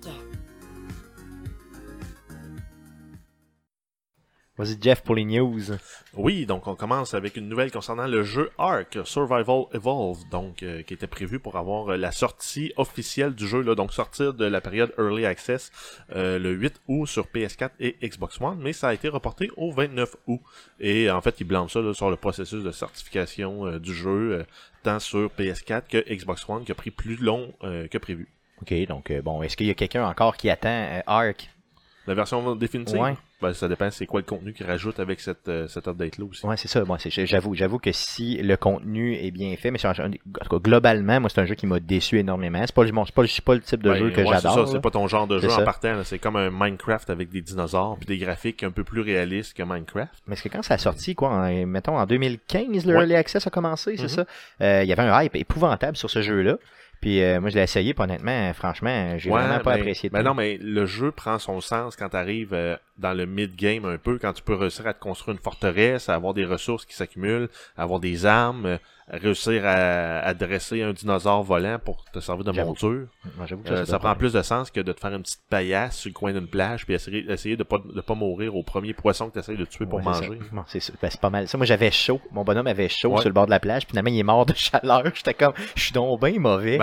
Vas-y, Jeff, pour les news. Oui, donc on commence avec une nouvelle concernant le jeu Ark Survival Evolved, donc euh, qui était prévu pour avoir euh, la sortie officielle du jeu, là, donc sortir de la période Early Access euh, le huit août sur P S quatre et Xbox One, mais ça a été reporté au vingt-neuf août. Et en fait, ils blâment ça là, sur le processus de certification euh, du jeu, euh, tant sur P S quatre que Xbox One, qui a pris plus long euh, que prévu. OK, donc euh, bon, est-ce qu'il y a quelqu'un encore qui attend euh, Ark? La version définitive? Ouais. Ben, ça dépend c'est quoi le contenu qu'ils rajoutent avec cette, euh, cette update-là aussi. Ouais, c'est ça. Moi, c'est, j'avoue, j'avoue que si le contenu est bien fait, mais c'est un, en tout cas, globalement, moi, c'est un jeu qui m'a déçu énormément. C'est pas, bon, c'est pas, c'est pas le type de Ben, jeu que ouais, j'adore. C'est ça, c'est là. pas ton genre de jeu C'est en ça. partant. Là. C'est comme un Minecraft avec des dinosaures puis des graphiques un peu plus réalistes que Minecraft. Mais est-ce que quand ça a sorti, quoi, en, mettons en deux mille quinze, le Ouais. Early Access a commencé, c'est Mhm. ça? Euh, il y avait un hype épouvantable sur ce jeu-là. Puis euh, moi, je l'ai essayé, puis honnêtement, franchement, j'ai Ouais, vraiment pas ben, apprécié. Ben tout. non, mais le jeu prend son sens quand tu arrives euh, dans le mid-game un peu, quand tu peux réussir à te construire une forteresse, à avoir des ressources qui s'accumulent, à avoir des armes, euh, à réussir à, à dresser un dinosaure volant pour te servir de J'avoue. monture. Moi, j'avoue que Euh, ça, ça prend plus de sens que de te faire une petite paillasse sur le coin d'une plage puis essayer, essayer de pas de pas mourir au premier poisson que tu essaies de tuer pour Ouais, c'est manger. ça. Bon, c'est, ça. Ben, c'est pas mal. Ça, moi, j'avais chaud. Mon bonhomme avait chaud Ouais. sur le bord de la plage. Puis finalement, il est mort de chaleur. J'étais comme, je suis donc bien mauvais. Ben,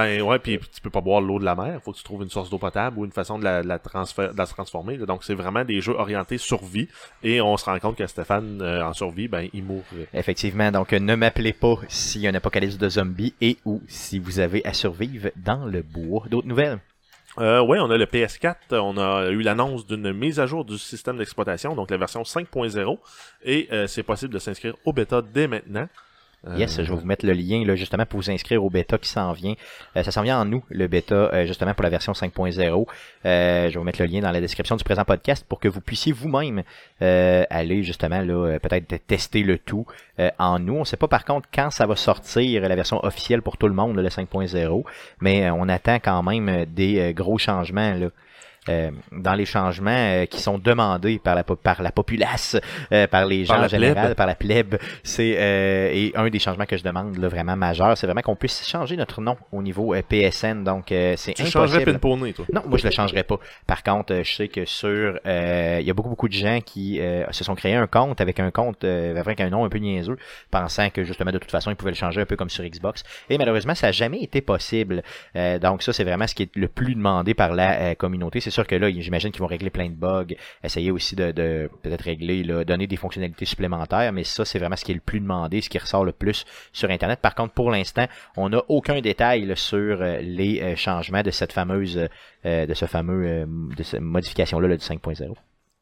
Ben ouais, puis tu peux pas boire l'eau de la mer, faut que tu trouves une source d'eau potable ou une façon de la, de la, transfer, de la transformer. Là. Donc c'est vraiment des jeux orientés survie et on se rend compte que Stéphane euh, en survie, ben il mourrait. Effectivement, donc euh, ne m'appelez pas s'il y a un apocalypse de zombies et ou si vous avez à survivre dans le bois. D'autres nouvelles? Euh, oui, on a le P S quatre, on a eu l'annonce d'une mise à jour du système d'exploitation, donc la version cinq point zéro, et euh, c'est possible de s'inscrire au bêta dès maintenant. Yes, je vais vous mettre le lien là, justement pour vous inscrire au bêta qui s'en vient. Euh, ça s'en vient en août, le bêta, euh, justement pour la version cinq point zéro. Euh, je vais vous mettre le lien dans la description du présent podcast pour que vous puissiez vous-même euh, aller justement là, peut-être tester le tout euh, en août. On ne sait pas par contre quand ça va sortir la version officielle pour tout le monde, là, le cinq point zéro, mais euh, on attend quand même des euh, gros changements là. Euh, dans les changements euh, qui sont demandés par la par la populace, euh, par les gens par en la général, plèbe. par la plèbe, c'est euh, et un des changements que je demande là, vraiment majeur, c'est vraiment qu'on puisse changer notre nom au niveau euh, P S N. Donc euh, c'est Tu impossible. changerais Pinponey, toi? Non, moi je le changerais pas. Par contre, euh, je sais que sur euh, il y a beaucoup beaucoup de gens qui euh, se sont créés un compte avec un compte euh, avec un nom un peu niaiseux, pensant que justement de toute façon ils pouvaient le changer un peu comme sur Xbox. Et malheureusement, ça n'a jamais été possible. Euh, donc ça, c'est vraiment ce qui est le plus demandé par la euh, communauté. C'est sûr que là, j'imagine qu'ils vont régler plein de bugs, essayer aussi de, de peut-être régler, là, donner des fonctionnalités supplémentaires, mais ça, c'est vraiment ce qui est le plus demandé, ce qui ressort le plus sur Internet. Par contre, pour l'instant, on n'a aucun détail là, sur euh, les euh, changements de cette fameuse, euh, de ce fameux, euh, de cette modification-là là, du cinq point zéro.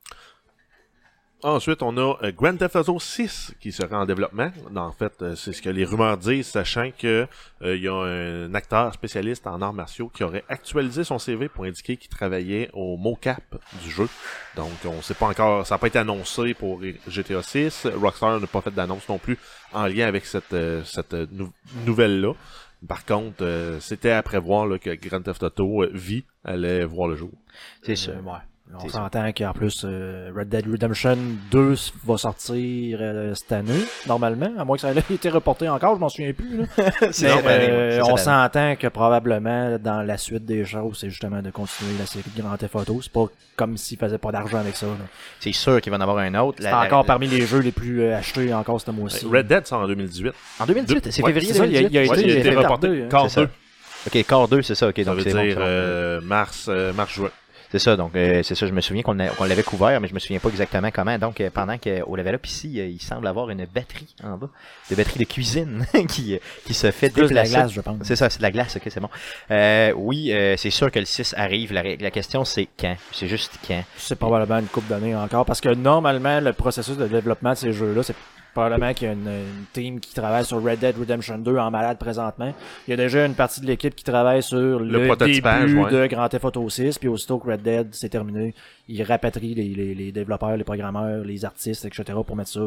Ensuite, on a euh, Grand Theft Auto six qui sera en développement. En fait, euh, c'est ce que les rumeurs disent, sachant que euh, il y a un acteur spécialiste en arts martiaux qui aurait actualisé son C V pour indiquer qu'il travaillait au mocap du jeu. Donc, on sait pas encore, ça n'a pas été annoncé pour G T A six. Rockstar n'a pas fait d'annonce non plus en lien avec cette, euh, cette nou- nouvelle-là. Par contre, euh, c'était à prévoir là, que Grand Theft Auto euh, V allait voir le jour. C'est sûr. Euh, ouais. On C'est s'entend qu'en plus, euh, Red Dead Redemption deux va sortir euh, cette année, normalement, à moins que ça ait été reporté encore, je m'en souviens plus. Là. C'est Mais, ça, ben, euh, c'est ça, on ben. s'entend que probablement, dans la suite des choses, c'est justement de continuer la série de Grand Theft Auto. C'est pas comme s'ils faisaient pas d'argent avec ça. là. C'est sûr qu'il va en avoir un autre. C'est La- la- encore la- parmi les jeux les plus euh, achetés encore ce mois-ci. Red Dead sort en deux mille dix-huit. En deux mille dix-huit, c'est Ouais, février c'est ça, il y a- il y a deux mille dix-huit? été- Ouais, il a été fait reporté. tardé, hein. Quart C'est ça. deux. Ok, quart deux, c'est ça. Ok, Ça donc veut c'est bon, dire c'est bon. euh, mars, euh, mars-juin. C'est ça, donc euh, c'est ça, je me souviens qu'on a- qu'on l'avait couvert, mais je me souviens pas exactement comment. Donc euh, pendant qu'au level up ici, euh, il semble avoir une batterie en bas, de batterie de cuisine qui, euh, qui se fait Plus de la déplacer. glace, je pense. C'est ça, c'est de la glace, ok, c'est bon. Euh, oui, euh, c'est sûr que le six arrive. La, la question c'est quand. C'est juste quand. C'est probablement une couple d'années encore, parce que normalement, le processus de développement de ces jeux-là, c'est probablement qu'il y a une, une team qui travaille sur Red Dead Redemption deux en malade présentement. Il y a déjà une partie de l'équipe qui travaille sur le, prototypage, début ouais. de Grand Theft Auto six, puis aussitôt que Red Dead c'est terminé, ils rapatrient les, les, les développeurs, les programmeurs, les artistes, et cetera pour mettre ça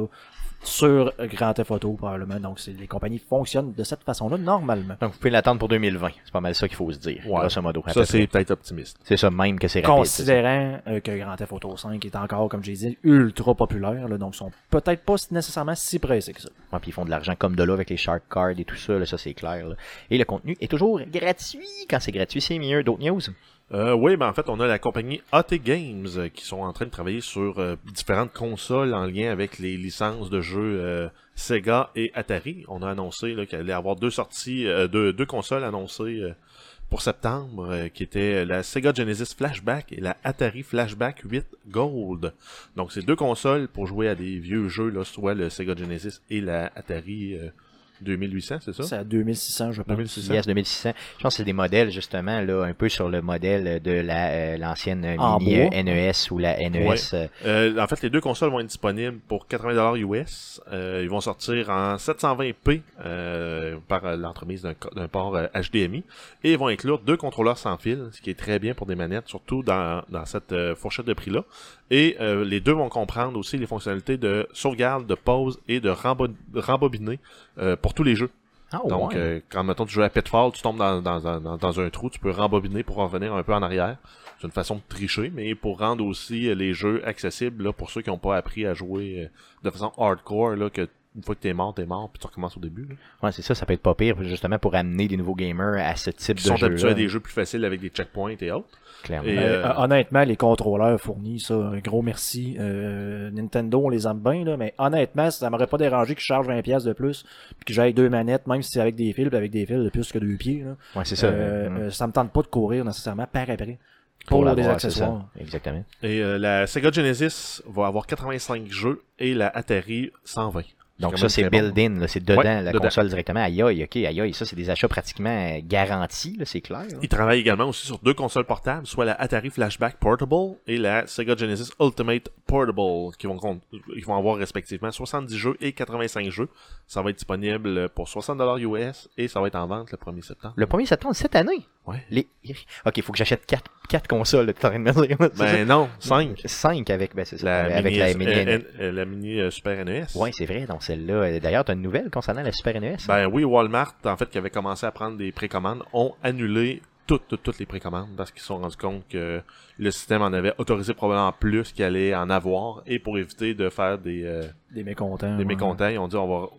sur Grand Theft Auto probablement. Donc c'est, les compagnies fonctionnent de cette façon-là normalement. Donc vous pouvez l'attendre pour deux mille vingt. C'est pas mal ça qu'il faut se dire. Ouais. Grosso modo. à Ça, peu c'est près. peut-être optimiste. C'est ça même que c'est rapide. c'est ça. Considérant euh, que Grand Theft Auto cinq est encore, comme j'ai dit, ultra populaire, là, donc ils sont peut-être pas nécessairement si pressés que ça. Ouais, puis ils font de l'argent comme de là avec les shark cards et tout ça, là, ça c'est clair. Là. Et le contenu est toujours gratuit. Quand c'est gratuit, c'est mieux. D'autres news? Euh, oui, ben en fait, on a la compagnie A T Games euh, qui sont en train de travailler sur euh, différentes consoles en lien avec les licences de jeux euh, Sega et Atari. On a annoncé là, qu'il allait y avoir deux sorties, euh, deux, deux consoles annoncées euh, pour septembre, euh, qui étaient la Sega Genesis Flashback et la Atari Flashback huit Gold. Donc, c'est deux consoles pour jouer à des vieux jeux, là, soit le Sega Genesis et la Atari euh, deux mille huit cents, c'est ça? C'est à deux mille six cents, je pense. deux mille six cents. Yes, deux mille six cents. Je pense que c'est des modèles, justement, là, un peu sur le modèle de la euh, l'ancienne euh, En mini bois. euh, N E S ou la N E S. euh, Euh, en fait, les deux consoles vont être disponibles pour quatre-vingts dollars U S. Euh, ils vont sortir en sept cent vingt p euh, par euh, l'entremise d'un, co- d'un port euh, H D M I. Et ils vont inclure deux contrôleurs sans fil, ce qui est très bien pour des manettes, surtout dans, dans cette euh, fourchette de prix-là. Et euh, les deux vont comprendre aussi les fonctionnalités de sauvegarde, de pause et de rembo- rembobiner euh, pour tous les jeux. Ah, Donc, ouais. euh, quand, mettons, tu joues à Pitfall, tu tombes dans, dans, dans, dans un trou, tu peux rembobiner pour revenir un peu en arrière. C'est une façon de tricher, mais pour rendre aussi euh, les jeux accessibles là, pour ceux qui n'ont pas appris à jouer euh, de façon hardcore, là, que une fois que t'es mort, t'es mort, puis tu recommences au début. Là. Ouais, c'est ça, ça peut être pas pire, justement, pour amener des nouveaux gamers à ce type Ils de sont jeu. habitués à des jeux plus faciles avec des checkpoints et autres. Clairement. Et, Euh, euh, honnêtement, les contrôleurs fournis, ça, un gros merci. Euh, Nintendo, on les aime bien, là, mais honnêtement, ça m'aurait pas dérangé qu'ils chargent vingt dollars de plus, puis que j'aille deux manettes, même si c'est avec des fils, puis avec des fils de plus que deux pieds. Là. Ouais, c'est ça. Euh, Mm. euh, ça me tente pas de courir nécessairement par après. Pour, l'avoir, des c'est accessoires. ça. Exactement. Et euh, la Sega Genesis va avoir quatre-vingt-cinq jeux et la Atari cent vingt. Donc quand ça, même c'est très bon. built-in, là, c'est dedans Ouais, la dedans. console directement. Aïe aïe, ok, aïe aïe, ça c'est des achats pratiquement euh, garantis, là, c'est clair. là. Ils travaillent également aussi sur deux consoles portables, soit la Atari Flashback Portable et la Sega Genesis Ultimate Portable, qui vont, con- ils vont avoir respectivement soixante-dix jeux et quatre-vingt-cinq jeux. Ça va être disponible pour soixante dollars U S et ça va être en vente le premier septembre. Le premier septembre cette année. Ouais. Les... Ok, il faut que j'achète quatre, quatre consoles, là, t'es en train de me dire. c'est Ben non, cinq. ça? Cinq avec, ben, c'est ça, La avec mini, la S- mini. euh, N- euh, la mini euh, Super N E S. Ouais, c'est vrai, donc celle-là. euh, D'ailleurs, t'as une nouvelle concernant la Super N E S. Ben oui, Walmart, en fait, qui avait commencé à prendre des précommandes, ont annulé toutes, toutes, toutes les précommandes parce qu'ils se sont rendus compte que le système en avait autorisé probablement plus qu'il allait en avoir et pour éviter de faire des, euh, Des mécontents. des ouais. mécontents, ils ont dit on va...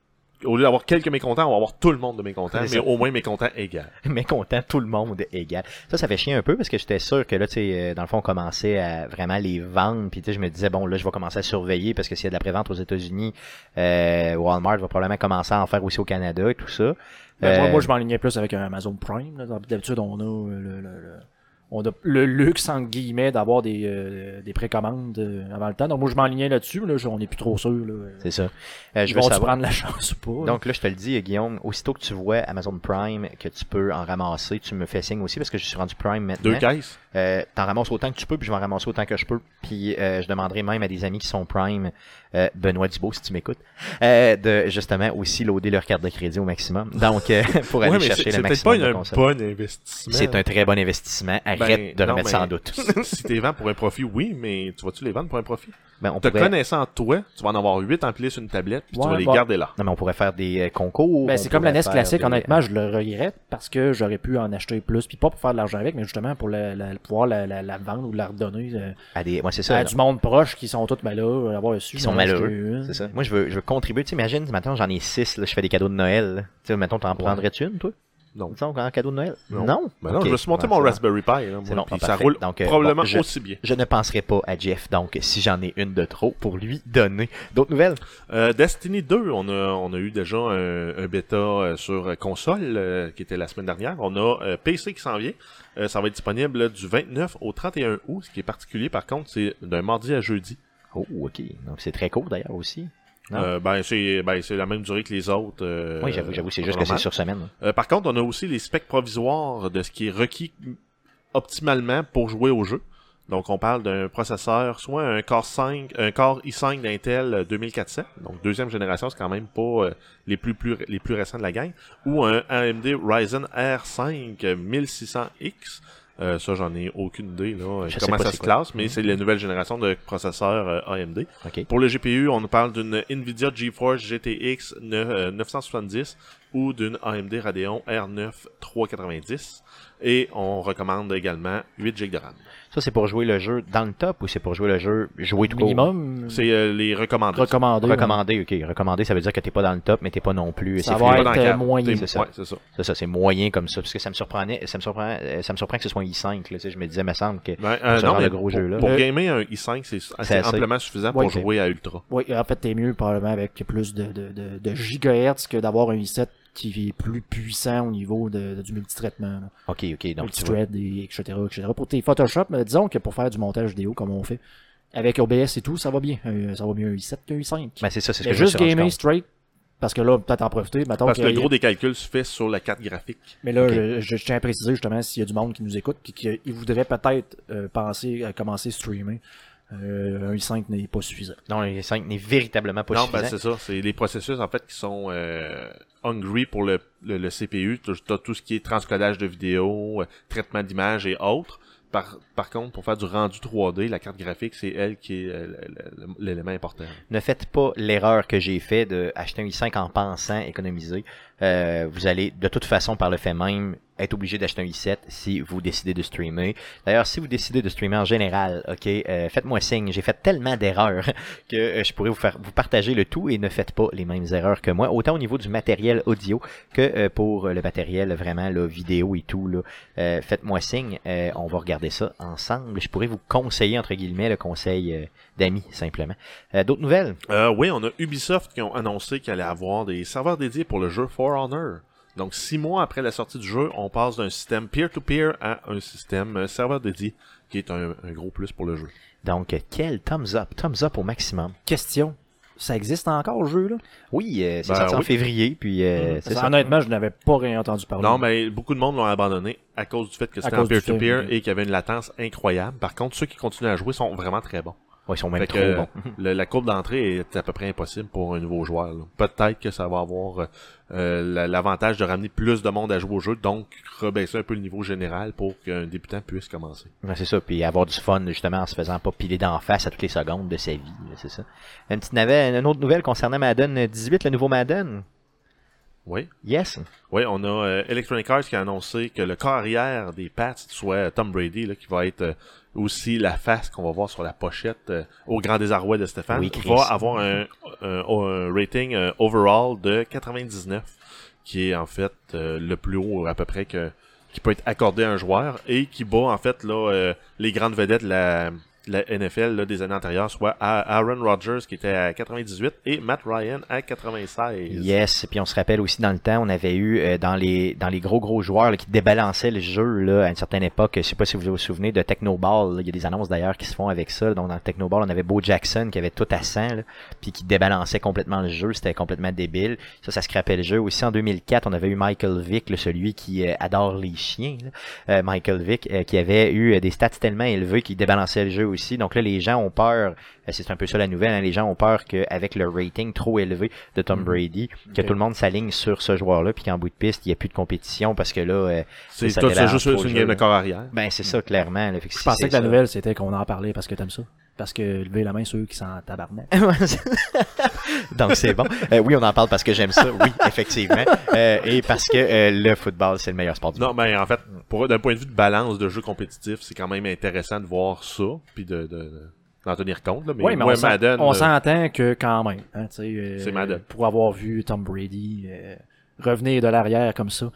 Au lieu d'avoir quelques mécontents, on va avoir tout le monde de mécontents, mais C'est ça. au moins mécontents égal. Mais content, tout le monde égal. Ça, ça fait chier un peu parce que j'étais sûr que là, tu sais, euh, dans le fond, on commençait à vraiment les vendre. Puis, tu sais, je me disais, bon, là, je vais commencer à surveiller parce que s'il y a de la prévente aux États-Unis, euh, Walmart va probablement commencer à en faire aussi au Canada et tout ça. Ben, moi, Euh, moi, je m'enlignais plus avec un Amazon Prime. là. D'habitude, on a euh, le, le, le- on a le luxe, entre guillemets, d'avoir des, euh, des précommandes euh, avant le temps. Donc, moi, je m'enlignais là-dessus. mais Là, je- on n'est plus trop sûr. Là. C'est ça. Euh, je Ils veux vont-tu savoir. prendre la chance ou pas? là? Donc là, je te le dis, Guillaume, aussitôt que tu vois Amazon Prime, que tu peux en ramasser, tu me fais signe aussi parce que je suis rendu Prime maintenant. Deux caisses. Euh, t'en ramasses autant que tu peux, puis je vais en ramasser autant que je peux. Puis euh, je demanderai même à des amis qui sont Prime, euh, Benoît Dubois, si tu m'écoutes, euh, de justement aussi loader leur carte de crédit au maximum. Donc, euh, pour aller Ouais, mais chercher c'est le c'est peut-être maximum pas de un console. bon investissement. C'est un très bon investissement. Arrête Ben, de non, remettre mais ça en doute. si- si t'es vends pour un profit, oui, mais tu vas-tu les vendre pour un profit? Ben, on Te pourrait... connaissant toi, tu vas en avoir huit empilés sur une tablette, puis tu Ouais, vas les bon. garder là. Non, mais on pourrait faire des euh, concours. Ben, on c'est comme la pourrait N E S faire classique, des- honnêtement, je le regrette parce que j'aurais pu en acheter plus, puis pas pour faire de l'argent avec, mais justement pour la, la- pouvoir la, la, la vendre ou la redonner euh, À des... Ouais, c'est ça. à là. du monde proche qui sont tous malheureux, avoir su. Qui sont malheureux. C'est ça. Moi, je veux, je veux contribuer. Tu imagines, maintenant, j'en ai six, là, je fais des cadeaux de Noël. là. Tu sais, mettons, t'en prendrais-tu une, toi? Non. Disons, en cadeau de Noël? Non. Non? Ben non, Ok. je me suis monté Ouais, mon c'est bon. Raspberry Pi, là, moi, C'est bon, puis ah, ça parfait. roule Donc, euh, probablement bon, je- aussi bien. Je ne penserai pas à Jeff, donc si j'en ai une de trop pour lui donner. D'autres nouvelles? Euh, Destiny deux, on a, on a eu déjà un, un bêta euh, sur console euh, qui était la semaine dernière. On a euh, P C qui s'en vient. Euh, ça va être disponible là, du vingt-neuf au trente et un août. Ce qui est particulier, par contre, c'est d'un mardi à jeudi. Oh, ok. Donc c'est très court d'ailleurs aussi. Non. Euh, ben, c'est ben, c'est la même durée que les autres. euh, oui, j'avoue, j'avoue, c'est juste que normal. c'est sur semaine. Euh, par contre, on a aussi les specs provisoires de ce qui est requis optimalement pour jouer au jeu. Donc, on parle d'un processeur, soit un Core cinq, un Core i cinq d'Intel deux mille quatre cents, donc deuxième génération, c'est quand même pas euh, les plus, plus les plus récents de la gang, ou un A M D Ryzen R cinq mille six cents X. Euh, ça, j'en ai aucune idée là, Je sais comment pas ça c'est se quoi. classe, mais c'est la nouvelle génération de processeurs euh, A M D. Ok. Pour le G P U, on parle d'une Nvidia GeForce G T X neuf cent soixante-dix ou d'une A M D Radeon R neuf trois cent quatre-vingt-dix. Et on recommande également huit gigs de RAM. Ça, c'est pour jouer le jeu dans le top ou c'est pour jouer le jeu jouer tout court? Minimum, C'est euh, les recommandés. recommandé. ouais. Recommandé, ok. Recommandé, ça veut dire que t'es pas dans le top, mais t'es pas non plus. Ça c'est va free. être Pas dans le euh, cadre. moyen. T'es- c'est ça. Ouais, c'est ça. C'est ça, c'est moyen comme ça, parce que ça me surprenait, ça me surprend, euh, ça me surprend que ce soit un i cinq, là, tu sais, je me disais, me semble que, Ben, euh, ce non, genre mais de gros pour, jeu-là. pour Le- gamer un i cinq, c'est assez assez. amplement suffisant Ouais, pour ok. jouer à Ultra. Oui, en fait, t'es mieux probablement avec plus de, de, de, de gigahertz que d'avoir un i sept qui est plus puissant au niveau de, de- du multitraitement. là. ok, ok, donc tu vois. Multithread, et etc., et cetera. Pour tes Photoshop, mais disons que pour faire du montage vidéo comme on fait, avec O B S et tout, ça va bien. Euh, ça va mieux un i sept qu'un i cinq. Ben, c'est ça, c'est ce Mais que je me juste suis rendu gamer compte. straight, parce que là, peut-être en profiter. Mettons Parce que qu'il le y a- gros des calculs se fait sur la carte graphique. Mais là, Ok. je, je- je tiens à préciser justement s'il y a du monde qui nous écoute et qui voudrait peut-être euh, penser à commencer à streamer, euh, un i cinq n'est pas suffisant. Non, le i cinq n'est véritablement pas non, ben suffisant. c'est ça. C'est les processus en fait qui sont euh, hungry pour le, le, le C P U. Tu as tout ce qui est transcodage de vidéo, euh, traitement d'image et autres. Par, par contre, pour faire du rendu trois D, la carte graphique, c'est elle qui est euh, le- le- l'élément important. Ne faites pas l'erreur que j'ai fait de acheter un i cinq en pensant économiser. Euh, vous allez de toute façon par le fait même être obligé d'acheter un i sept si vous décidez de streamer. D'ailleurs, si vous décidez de streamer en général, ok, euh, faites-moi signe. J'ai fait tellement d'erreurs que euh, je pourrais vous faire vous partager le tout et ne faites pas les mêmes erreurs que moi, autant au niveau du matériel audio que euh, pour le matériel vraiment là, vidéo et tout. Là. Euh, faites-moi signe. Euh, on va regarder ça ensemble. Je pourrais vous conseiller entre guillemets le conseil euh, d'amis simplement. Euh, d'autres nouvelles? Euh, oui, on a Ubisoft qui ont annoncé qu'il allait avoir des serveurs dédiés pour le jeu For Honor. Donc, six mois après la sortie du jeu, on passe d'un système peer-to-peer à un système euh, serveur dédié, qui est un, un gros plus pour le jeu. Donc, quel thumbs up, thumbs up au maximum. Question. Ça existe encore, le jeu, là? Oui, euh, c'est Ben, sorti en oui. février, puis euh, Mmh. c'est ça. Honnêtement, je n'avais pas rien entendu parler. Non, mais beaucoup de monde l'ont abandonné à cause du fait que À c'était en cause du peer-to-peer film, et qu'il y avait une latence incroyable. Par contre, ceux qui continuent à jouer sont vraiment très bons. Ouais, ils sont même Fait trop que, bons. le- la courbe d'entrée est à peu près impossible pour un nouveau joueur. là. Peut-être que ça va avoir euh, la- l'avantage de ramener plus de monde à jouer au jeu, donc rebaisser un peu le niveau général pour qu'un débutant puisse commencer. Ouais, c'est ça, puis avoir du fun justement en se faisant pas piler d'en face à toutes les secondes de sa vie, là, c'est ça. Une petite nouvelle, une autre nouvelle concernant Madden dix-huit, le nouveau Madden. Oui. Yes. Oui, on a euh, Electronic Arts qui a annoncé que le corps arrière des Pats, soit Tom Brady, là, qui va être euh, aussi la face qu'on va voir sur la pochette, euh, au grand désarroi de Stéphane, Oui, Chris. va avoir un, un, un rating euh, overall de quatre-vingt-dix-neuf, qui est en fait euh, le plus haut à peu près que qui peut être accordé à un joueur et qui bat en fait là euh, les grandes vedettes de la, la N F L là, des années antérieures, soit Aaron Rodgers qui était à quatre-vingt-dix-huit et Matt Ryan à quatre-vingt-seize. Yes, puis on se rappelle aussi dans le temps, on avait eu euh, dans les dans les gros gros joueurs là, qui débalançaient le jeu là, à une certaine époque, je sais pas si vous vous souvenez de Technoball, là. Il y a des annonces d'ailleurs qui se font avec ça, donc dans Technoball, on avait Bo Jackson qui avait tout à cent, là, puis qui débalançait complètement le jeu, c'était complètement débile. Ça, ça scrapait le jeu. Aussi en deux mille quatre, on avait eu Michael Vick, là, celui qui euh, adore les chiens, là. Euh, Michael Vick, euh, qui avait eu euh, des stats tellement élevés qu'il débalançait le jeu aussi. Donc là, les gens ont peur, euh, c'est un peu ça la nouvelle, hein, les gens ont peur qu'avec le rating trop élevé de Tom Brady, que Ok. tout le monde s'aligne sur ce joueur-là, puis qu'en bout de piste, il n'y a plus de compétition parce que là, euh, C'est ça tout ça débalance juste trop sur le une jeu, game de là. corps arrière. Ben c'est ça, clairement. Là. Fait que Je si pensais c'est que la ça- nouvelle, c'était qu'on en parlait parce que t'aimes ça. Parce que lever la main ceux qui sont en tabarnak. Donc c'est bon. Euh, oui, on en parle parce que j'aime ça. Oui, effectivement. Euh, et parce que euh, le football, c'est le meilleur sport du monde. Non, mais en fait, pour d'un point de vue de balance de jeu compétitif, c'est quand même intéressant de voir ça, puis de, de, de- d'en tenir compte. Là. Mais, Oui, mais ouais, on, s'en- Madden, on euh, s'entend que quand même, hein, tu sais, euh, C'est Madden. pour avoir vu Tom Brady euh, revenir de l'arrière comme ça,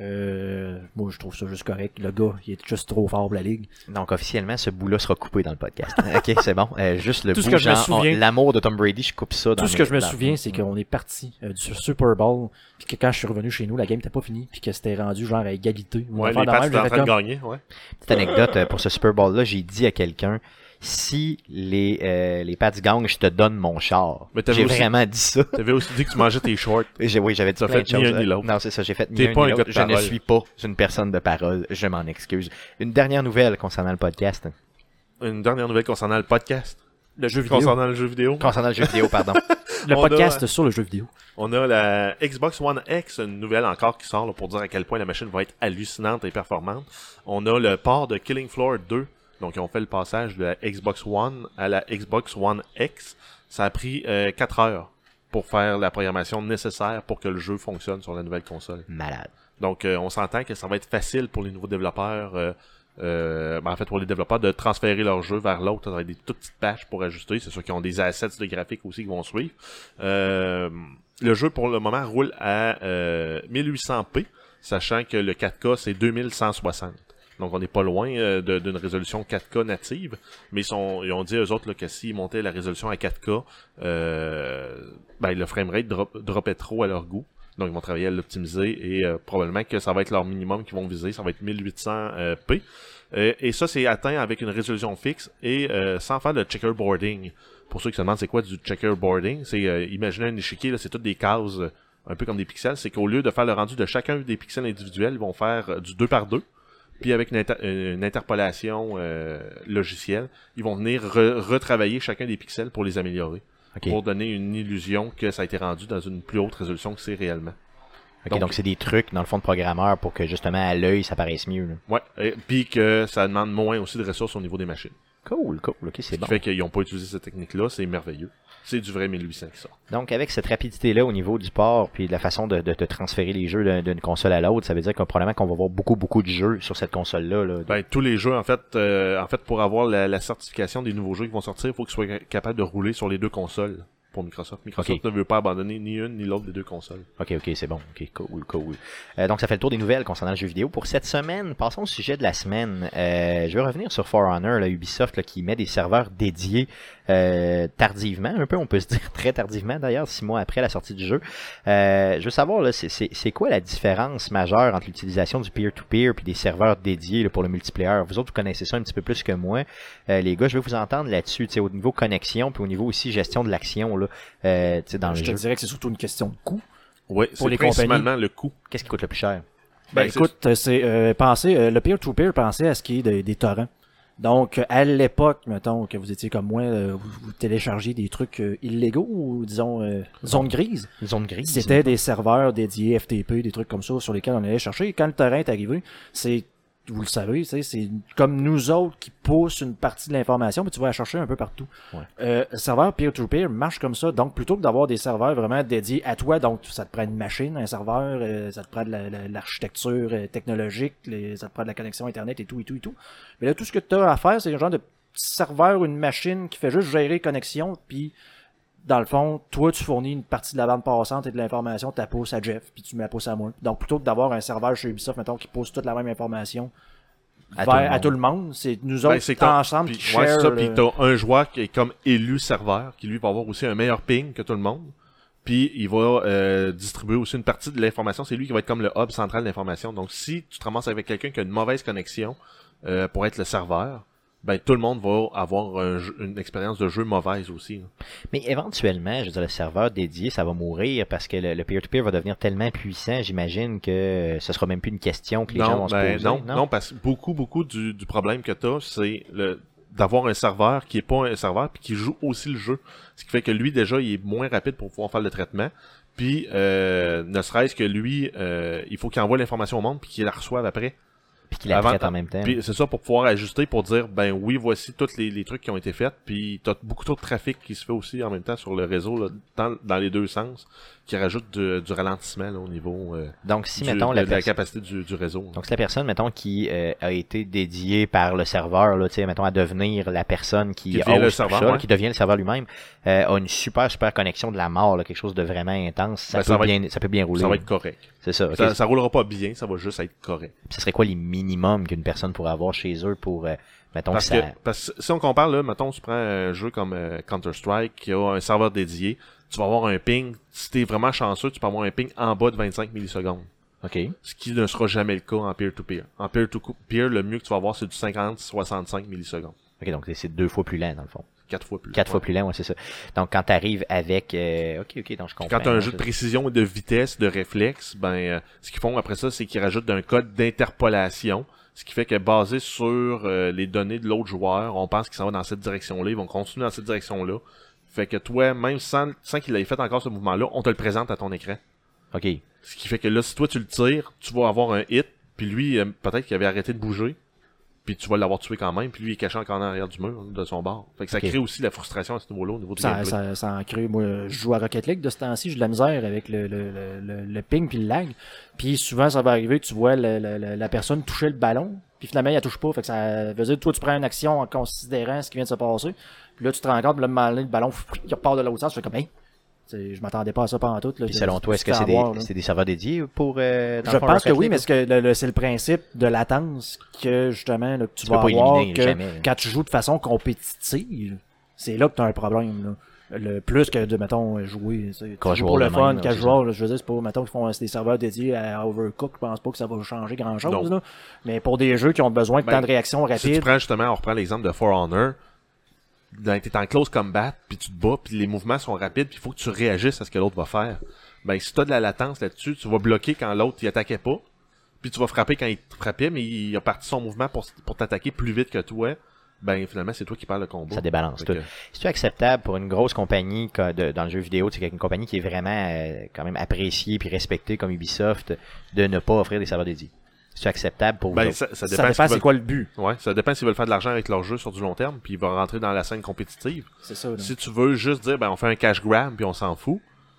euh, moi je trouve ça juste correct. Le gars, il est juste trop fort pour la ligue. Donc officiellement, ce bout-là sera coupé dans le podcast. Ok, c'est bon. Euh, juste le Tout ce bout, que je me genre, souviens- on- l'amour de Tom Brady, je coupe ça. Dans Tout ce que mes- je me dans- souviens, c'est qu'on est parti euh, du Super Bowl, puis que quand je suis revenu chez nous, la game n'était pas finie, puis que c'était rendu genre à égalité. ou ouais, une affaire les de Pats même, étaient en j'ai train fait de comme- gagner. Ouais. Petite anecdote euh, pour ce Super Bowl-là, j'ai dit à quelqu'un, si les euh, les Pats gagnent, je te donne mon char. Mais t'avais J'ai aussi- vraiment dit ça. T'avais aussi dit que tu mangeais tes shorts. J'ai, oui, j'avais dit T'as plein fait de choses. ni un ni l'autre. Non, c'est ça, j'ai fait ni T'es un pas ni un l'autre. gars de Je ne parole. suis pas une personne de parole. Je m'en excuse. Une dernière nouvelle concernant le podcast. Une dernière nouvelle concernant le podcast. Le jeu vidéo. Concernant le jeu vidéo. Concernant le jeu vidéo, pardon. Le On podcast a- sur le jeu vidéo. On a la Xbox One X, une nouvelle encore qui sort là, pour dire à quel point la machine va être hallucinante et performante. On a le port de Killing Floor deux. Donc, ils ont fait le passage de la Xbox One à la Xbox One X. Ça a pris euh, quatre heures pour faire la programmation nécessaire pour que le jeu fonctionne sur la nouvelle console. Malade. Donc, euh, on s'entend que ça va être facile pour les nouveaux développeurs, euh, euh, ben, en fait, pour les développeurs, de transférer leur jeu vers l'autre avec des toutes petites pages pour ajuster. C'est sûr qu'ils ont des assets de graphique aussi qui vont suivre. Euh, le jeu, pour le moment, roule à euh, mille huit cents p, sachant que le quatre K, c'est deux mille cent soixante. Donc, on n'est pas loin euh, de- d'une résolution quatre K native, mais ils, sont, ils ont dit, eux autres, là, que s'ils montaient la résolution à quatre K, euh, ben, le framerate drop, dropait trop à leur goût. Donc, ils vont travailler à l'optimiser et euh, probablement que ça va être leur minimum qu'ils vont viser. Ça va être mille huit cents p. Euh, et ça, c'est atteint avec une résolution fixe et euh, sans faire de checkerboarding. Pour ceux qui se demandent c'est quoi du checkerboarding, c'est euh, imaginez un échiquier, là, c'est toutes des cases euh, un peu comme des pixels. C'est qu'au lieu de faire le rendu de chacun des pixels individuels, ils vont faire euh, du deux par deux. Puis avec une, inter- une interpolation euh, logicielle, ils vont venir re- retravailler chacun des pixels pour les améliorer. Ok. Pour donner une illusion que ça a été rendu dans une plus haute résolution que c'est réellement. Ok, Donc- donc, c'est des trucs dans le fond de programmeur pour que justement à l'œil ça paraisse mieux. Là. Ouais. Et puis que ça demande moins aussi de ressources au niveau des machines. Cool, cool, ok, c'est Ce qui bon. fait qu'ils n'ont pas utilisé cette technique-là, c'est merveilleux. C'est du vrai mille huit cents qui sort. Donc, avec cette rapidité-là au niveau du port, puis de la façon de, de, de transférer les jeux d'un- d'une console à l'autre, ça veut dire que probablement qu'on va voir beaucoup, beaucoup de jeux sur cette console-là. Là. Ben, tous les jeux, en fait, euh, en fait, pour avoir la, la certification des nouveaux jeux qui vont sortir, il faut qu'ils soient capables de rouler sur les deux consoles pour Microsoft. Microsoft Ok. ne veut pas abandonner ni une ni l'autre des deux consoles. Ok, ok, c'est bon. Ok, cool, cool. Euh, donc, ça fait le tour des nouvelles concernant le jeu vidéo. Pour cette semaine, passons au sujet de la semaine. Euh, je vais revenir sur For Honor, là, Ubisoft, là, qui met des serveurs dédiés euh, tardivement, un peu, on peut se dire très tardivement d'ailleurs, six mois après la sortie du jeu. Euh, je veux savoir, là, c'est, c'est, c'est quoi la différence majeure entre l'utilisation du peer-to-peer puis des serveurs dédiés là, pour le multiplayer? Vous autres, vous connaissez ça un petit peu plus que moi. Euh, les gars, je veux vous entendre là-dessus, tu sais, au niveau connexion puis au niveau aussi gestion de l'action là, euh, tu sais, dans Je le te jeu. dirais que c'est surtout une question de coût. Oui, Pour c'est les principalement le coût. Qu'est-ce qui coûte le plus cher? Ben, Ben, c'est- écoute, c'est euh, pensez, euh, le peer-to-peer, pensez à ce qui est de- des torrents. Donc, euh, à l'époque, mettons, que vous étiez comme moi, euh, vous, vous téléchargez des trucs euh, illégaux ou, disons, euh, zone grise. Une zone grise? C'était des serveurs dédiés F T P, des trucs comme ça, sur lesquels on allait chercher. Et quand le torrent est arrivé, c'est, vous le savez, tu sais, c'est comme nous autres qui poussent une partie de l'information, mais tu vas la chercher un peu partout. Ouais. Euh, le serveur peer-to-peer marche comme ça. Donc, plutôt que d'avoir des serveurs vraiment dédiés à toi, donc ça te prend une machine, un serveur, euh, ça te prend de la- la- l'architecture euh, technologique, les- ça te prend de la connexion Internet et tout, et tout, et tout. Mais là, tout ce que tu as à faire, c'est un genre de petit serveur, une machine qui fait juste gérer connexion, puis dans le fond, toi, tu fournis une partie de la bande passante et de l'information, tu la pousses à Jeff, puis tu me la pousses à moi. Donc, plutôt que d'avoir un serveur chez Ubisoft, mettons, qui pousse toute la même information À vers- tout le à monde. tout le monde, c'est nous Ben, autres c'est que t'as- ensemble puis- qui ouais, c'est share ça, le- puis t'as un joueur qui est comme élu serveur, qui lui va avoir aussi un meilleur ping que tout le monde. Puis il va euh, distribuer aussi une partie de l'information. C'est lui qui va être comme le hub central d'information. Donc si tu te ramasses avec quelqu'un qui a une mauvaise connexion euh, pour être le serveur, ben tout le monde va avoir un jeu- une expérience de jeu mauvaise aussi. Là. Mais éventuellement, je veux dire, le serveur dédié, ça va mourir parce que le, le peer-to-peer va devenir tellement puissant, j'imagine que ce sera même plus une question que les gens vont Non, se ben poser. non, non, parce que beaucoup, beaucoup du, du problème que t'as, c'est le d'avoir un serveur qui est pas un serveur puis qui joue aussi le jeu. Ce qui fait que lui, déjà, il est moins rapide pour pouvoir faire le traitement. Puis, euh, ne serait-ce que lui, euh, il faut qu'il envoie l'information au monde puis qu'il la reçoive après. Puis qu'il la Avant- traite en même temps. Puis c'est ça pour pouvoir ajuster, pour dire, ben oui, voici tous les, les trucs qui ont été faits. Puis t'as beaucoup trop de trafic qui se fait aussi en même temps sur le réseau, là, dans, dans les deux sens, qui rajoute du, du ralentissement là, au niveau euh, Donc, si, du- mettons, de, la, de la perso- capacité du, du réseau. donc, si la personne, mettons, qui euh, a été dédiée par le serveur, là, tu sais, mettons, à devenir la personne qui, Qui devient le host tout serveur, ça, ouais. qui devient le serveur lui-même, euh, a une super, super connexion de la mort, là, quelque chose de vraiment intense, ça, Ben, peut, ça va bien, ça peut bien rouler. Ça va être correct. C'est ça. ok. Ça, ça roulera pas bien, ça va juste être correct. Ce serait quoi les minimums qu'une personne pourrait avoir chez eux pour, euh, mettons, Parce ça... que, parce que si on compare, là, mettons, tu prends un jeu comme euh, Counter-Strike qui a un serveur dédié, tu vas avoir un ping, si t'es vraiment chanceux, tu peux avoir un ping en bas de vingt-cinq millisecondes. OK. Ce qui ne sera jamais le cas en peer-to-peer. En peer-to-peer, le mieux que tu vas avoir, c'est du cinquante à soixante-cinq millisecondes. OK, donc c'est- c'est deux fois plus lent, dans le fond. Quatre fois plus. Quatre fois Ouais. plus lent, ouais, c'est ça. Donc, quand t'arrives avec... euh, OK, OK, donc je comprends. Quand tu as un là, jeu de c'est- précision et de vitesse, de réflexe, ben euh, ce qu'ils font après ça, c'est qu'ils rajoutent un code d'interpolation, ce qui fait que basé sur euh, les données de l'autre joueur, on pense qu'il s'en va dans cette direction-là, ils vont continuer dans cette direction-là. Fait que toi, même sans, sans qu'il ait fait encore ce mouvement-là, on te le présente à ton écran. OK. Ce qui fait que là, si toi tu le tires, tu vas avoir un hit, puis lui, euh, peut-être qu'il avait arrêté de bouger, puis tu vas l'avoir tué quand même, puis lui il est caché encore en arrière du mur de son bord. Fait que ça Ok. crée aussi la frustration à ce niveau-là, au niveau du Ça, gameplay. ça, ça en crée. Moi, je joue à Rocket League de ce temps-ci, j'ai de la misère avec le, le, le, le, le ping puis le lag. Puis souvent, ça va arriver que tu vois le- le- le- la personne toucher le ballon, puis finalement, elle touche pas. Fait que ça veut dire, toi, tu prends une action en considérant ce qui vient de se passer. Puis là, tu te rends compte, puis là, le ballon, le ballon, il repart de l'autre sens. Tu fais comme, hey, t'sais, je m'attendais pas à ça pendant tout. Là, Puis selon toi, est-ce que c'est des, c'est des serveurs dédiés pour... Euh, dans Je le fond, pense que Rocket oui, League, mais c'est que le- le- c'est le principe de latence que justement là, que tu, Tu vas peux pas avoir éliminer, que jamais, là. quand tu joues de façon compétitive, c'est là que tu as un problème. Là. Le plus que de mettons jouer, c'est- tu Casual joues pour le de fun, même, là, casual, là, je veux dire, c'est pas mettons qu'ils font c'est des serveurs dédiés à Overcooked, je pense pas que ça va changer grand chose Non. là. Mais pour des jeux qui ont besoin de Ben, temps de réaction Si tu rapide, prends justement, on reprend l'exemple de For Honor, dans- t'es en close combat, puis tu te bats, puis les mouvements sont rapides, puis il faut que tu réagisses à ce que l'autre va faire. Ben si t'as de la latence là-dessus, tu vas bloquer quand l'autre il attaquait pas, puis tu vas frapper quand il te frappait, mais il a parti son mouvement pour, pour t'attaquer plus vite que toi. Ben finalement c'est toi qui perds le combat. Ça débalance Fait tout. que- C'est-tu acceptable pour une grosse compagnie que- de- dans le jeu vidéo, c'est une compagnie qui est vraiment euh, quand même appréciée puis respectée comme Ubisoft, de ne pas offrir des serveurs dédiés? C'est acceptable pour Ben, vous? ça, ça Ça dépend, dépend s'ils c'est veulent- quoi le but. Ouais, ça dépend s'ils veulent faire de l'argent avec leur jeu sur du long terme, puis ils vont rentrer dans la scène compétitive. C'est ça. Là. Si tu veux juste dire, ben, on fait un cash grab, puis on s'en fout,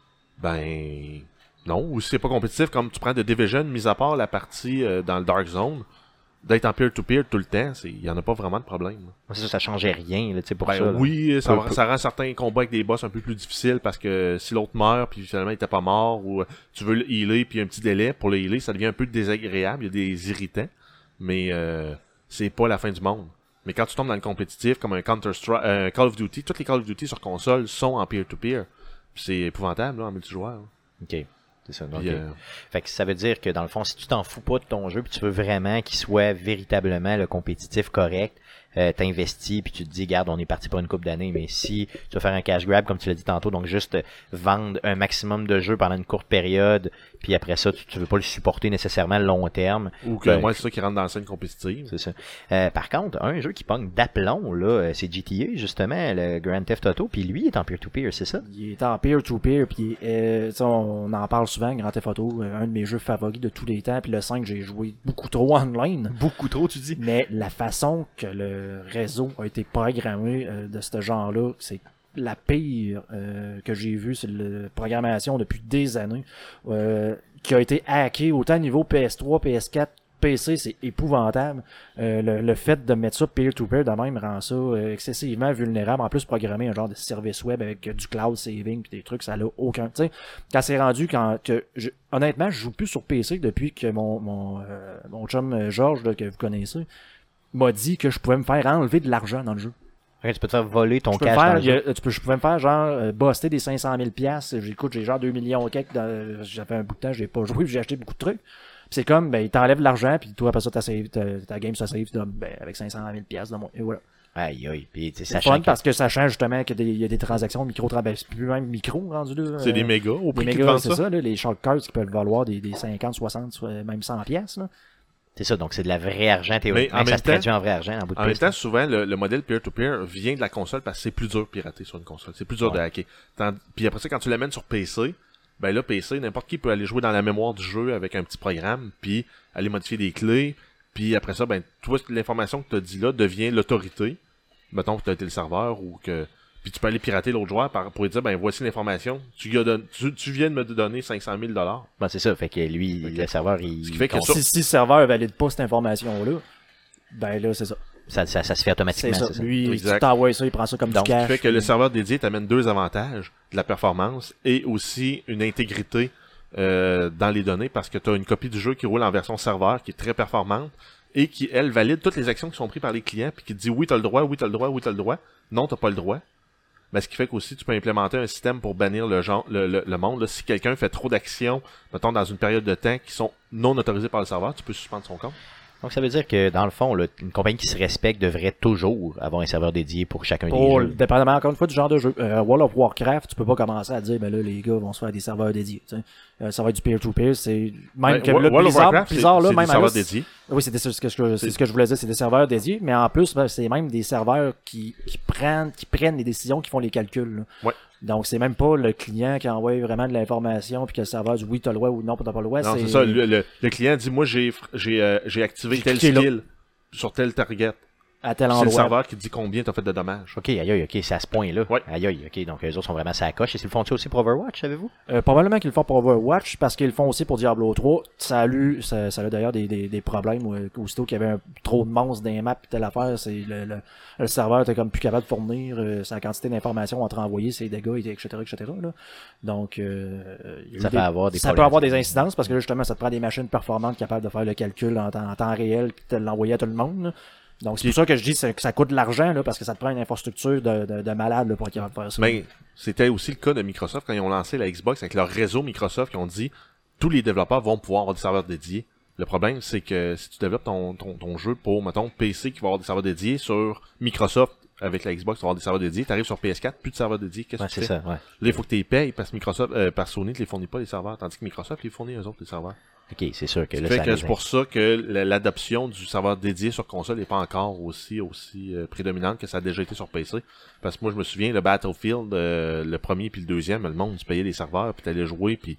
ben, non. Ou si c'est pas compétitif, comme tu prends de Division, mis à part la partie euh, dans le Dark Zone, d'être en peer-to-peer tout le temps, il y en a pas vraiment de problème. Ça, ça changeait rien, là, tu sais, pour Ben ça. là. oui, ça, Peu- peu- ça rend certains combats avec des boss un peu plus difficiles parce que si l'autre meurt puis finalement il était pas mort ou euh, tu veux le healer puis un petit délai pour le healer, ça devient un peu désagréable, il y a des irritants, mais euh, c'est pas la fin du monde. Mais quand tu tombes dans le compétitif comme un Counter-Strike, euh, Call of Duty, toutes les Call of Duty sur console sont en peer-to-peer. Puis c'est épouvantable là, en multijoueur. là. OK. C'est ça. Donc, Puis, euh, euh, Fait que ça veut dire que dans le fond, si tu t'en fous pas de ton jeu puis tu veux vraiment qu'il soit véritablement le compétitif correct, euh, t'investis puis tu te dis, garde, on est parti pour une couple d'années, mais si tu vas faire un cash grab, comme tu l'as dit tantôt, donc juste euh, vendre un maximum de jeux pendant une courte période, puis après ça, tu, tu veux pas le supporter nécessairement long terme. ou que ben, moi c'est ça qui rentre dans la scène compétitive. C'est ça. Euh, par contre, un jeu qui pogne d'aplomb, là, euh, c'est G T A, justement, le Grand Theft Auto, puis lui il est en peer-to-peer, c'est ça? Il est en peer-to-peer, puis euh, tu sais, on en parle souvent, Grand Theft Auto, euh, un de mes jeux favoris de tous les temps, puis le cinq, j'ai joué beaucoup trop online. Beaucoup trop, tu dis? Mais la façon que le réseau a été programmé euh, de ce genre-là, c'est la pire euh, que j'ai vue, c'est la programmation depuis des années, euh, qui a été hackée autant au niveau P S trois, P S quatre, P C, c'est épouvantable. Euh, le, le fait de mettre ça peer-to-peer de même rend ça euh, excessivement vulnérable. En plus, programmer un genre de service web avec euh, du cloud saving pis des trucs, ça n'a aucun... Tu sais, quand c'est rendu, quand que je, honnêtement, je joue plus sur P C depuis que mon mon, euh, mon chum euh, Georges, là, que vous connaissez, m'a dit que je pouvais me faire enlever de l'argent dans le jeu. Ok, tu peux te faire voler ton Je peux cash me faire, dans le il y jeu. a- tu peux, je pouvais me faire genre euh, buster des cinq cent mille piastres. J'écoute, j'ai genre deux millions au cake. dans- J'avais un bout de temps, j'ai pas joué, puis j'ai acheté beaucoup de trucs. Puis c'est comme, ben, il t'enlève de l'argent, puis toi, après ça, ta, save, ta, ta game se save, donc, ben, avec cinq cent mille piastres de moins. Et voilà. Aïe, aïe. Puis, tu sais, C'est sachant fun que- parce que ça change justement qu'il y a des transactions micro ben, c'est plus même micro rendu là. C'est euh, des mégas au des prix qu'ils mégas, vendent c'est ça. ça, là, les shark cards qui peuvent valoir des, des cinquante, soixante, soit même cent piastres, là. C'est ça, donc c'est de la vraie argent théoriquement. Mais en ça même se traduit temps- en vrai argent en bout de En même piste. temps, souvent, le, le modèle peer-to-peer vient de la console parce que c'est plus dur de pirater sur une console. C'est plus dur de hacker. Tant- Puis après ça, quand tu l'amènes sur P C, ben là, P C, n'importe qui peut aller jouer dans la mémoire du jeu avec un petit programme, puis aller modifier des clés, puis après ça, ben, toi, l'information que tu as dit là devient l'autorité. Mettons que tu as été le serveur ou que... Puis tu peux aller pirater l'autre joueur par- pour lui dire, ben voici l'information, tu, lui as don- tu, tu viens de me donner cinq cent mille dollars. Ben, c'est ça, fait que lui, Ok. le serveur, il, Ce qui fait que il- ça- Si, si le serveur valide pas cette information-là, ben là, c'est ça. ça, ça, ça se fait C'est automatiquement. ça. C'est ça. Lui, Exact. tu t'envoies ça, il prend ça comme Donc, du Ce cash. qui fait que le puis- serveur dédié t'amène deux avantages, de la performance et aussi une intégrité euh, dans les données parce que tu as une copie du jeu qui roule en version serveur qui est très performante et qui, elle, valide toutes les actions qui sont prises par les clients puis qui te dit oui, t'as le droit, oui, t'as le droit, oui, t'as le droit. Non, t'as pas le droit. Ben, ce qui fait qu'aussi, tu peux implémenter un système pour bannir le, genre, le, le, le monde. Là, si quelqu'un fait trop d'actions, mettons, dans une période de temps qui sont non autorisées par le serveur, tu peux suspendre son compte. Donc ça veut dire que dans le fond, là, une compagnie qui se respecte devrait toujours avoir un serveur dédié pour chacun Pour, des jeux. dépendamment encore une fois du genre de jeu. Euh, World of Warcraft, tu peux pas commencer à dire, ben là, les gars vont se faire des serveurs dédiés. Tu sais. Euh, ça va être du peer-to-peer, c'est même Ben, que World là, of Blizzard, Warcraft, c'est- Blizzard, là, c'est même des à serveurs là, dédiés. oui, c'était ce que je, c'est C'est- ce que je voulais dire, c'est des serveurs dédiés, mais en plus, ben, c'est même des serveurs qui, qui prennent, qui prennent les décisions, qui font les calculs. Là. Ouais. Donc, c'est même pas le client qui envoie vraiment de l'information, puis que le serveur dit oui, t'as le droit ou non, t'as pas le droit. Non, c'est ça. Le, le, le client dit, moi, j'ai j'ai euh, j'ai activé J'ai tel cliqué là. skill sur tel target. à tel C'est le endroit. serveur qui dit combien t'as fait de dommages. Ok, aïe aïe, ok, c'est à ce point-là. Ouais. Aïe aïe, ok, donc eux autres sont vraiment à la coche. Et ils le font aussi pour Overwatch, savez-vous? Euh, probablement qu'ils le font pour Overwatch parce qu'ils le font aussi pour Diablo trois. Ça a eu, ça, ça a d'ailleurs des, des, des problèmes où, aussitôt qu'il y avait un, trop de monstres dans les maps pis telle affaire, c'est le, le, le serveur était comme plus capable de fournir euh, sa quantité d'informations entre envoyer ses dégâts, et cetera, et cetera. Là. Donc, euh, il y a Ça eu peut des- avoir des ça peut problèmes. avoir des incidences parce que là, justement, ça te prend des machines performantes capables de faire le calcul en temps, en temps réel puis de l'envoyer à tout le monde. Là. Donc, c'est pour ça que je dis c'est- que ça coûte de l'argent là, parce que ça te prend une infrastructure de, de, de malade là, pour être capable de faire ça. Mais c'était aussi le cas de Microsoft quand ils ont lancé la Xbox avec leur réseau Microsoft, qui ont dit tous les développeurs vont pouvoir avoir des serveurs dédiés. Le problème, c'est que si tu développes ton, ton, ton jeu pour, mettons, P C qui va avoir des serveurs dédiés, sur Microsoft, avec la Xbox, tu vas avoir des serveurs dédiés, t'arrives sur P S quatre, plus de serveurs dédiés, qu'est-ce Ouais, que tu c'est fais? ça, ouais. Là, il faut que tu les payes parce que Microsoft, euh, par Sony, ne les fournit pas les serveurs, tandis que Microsoft les fournit eux autres les serveurs. Ok, c'est sûr que Ce là, qui fait ça que les- c'est pour ça que la- l'adoption du serveur dédié sur console n'est pas encore aussi aussi euh, prédominante que ça a déjà été sur P C. Parce que moi, je me souviens, le Battlefield, euh, le premier puis le deuxième, le monde, tu payais les serveurs, puis t'allais jouer, puis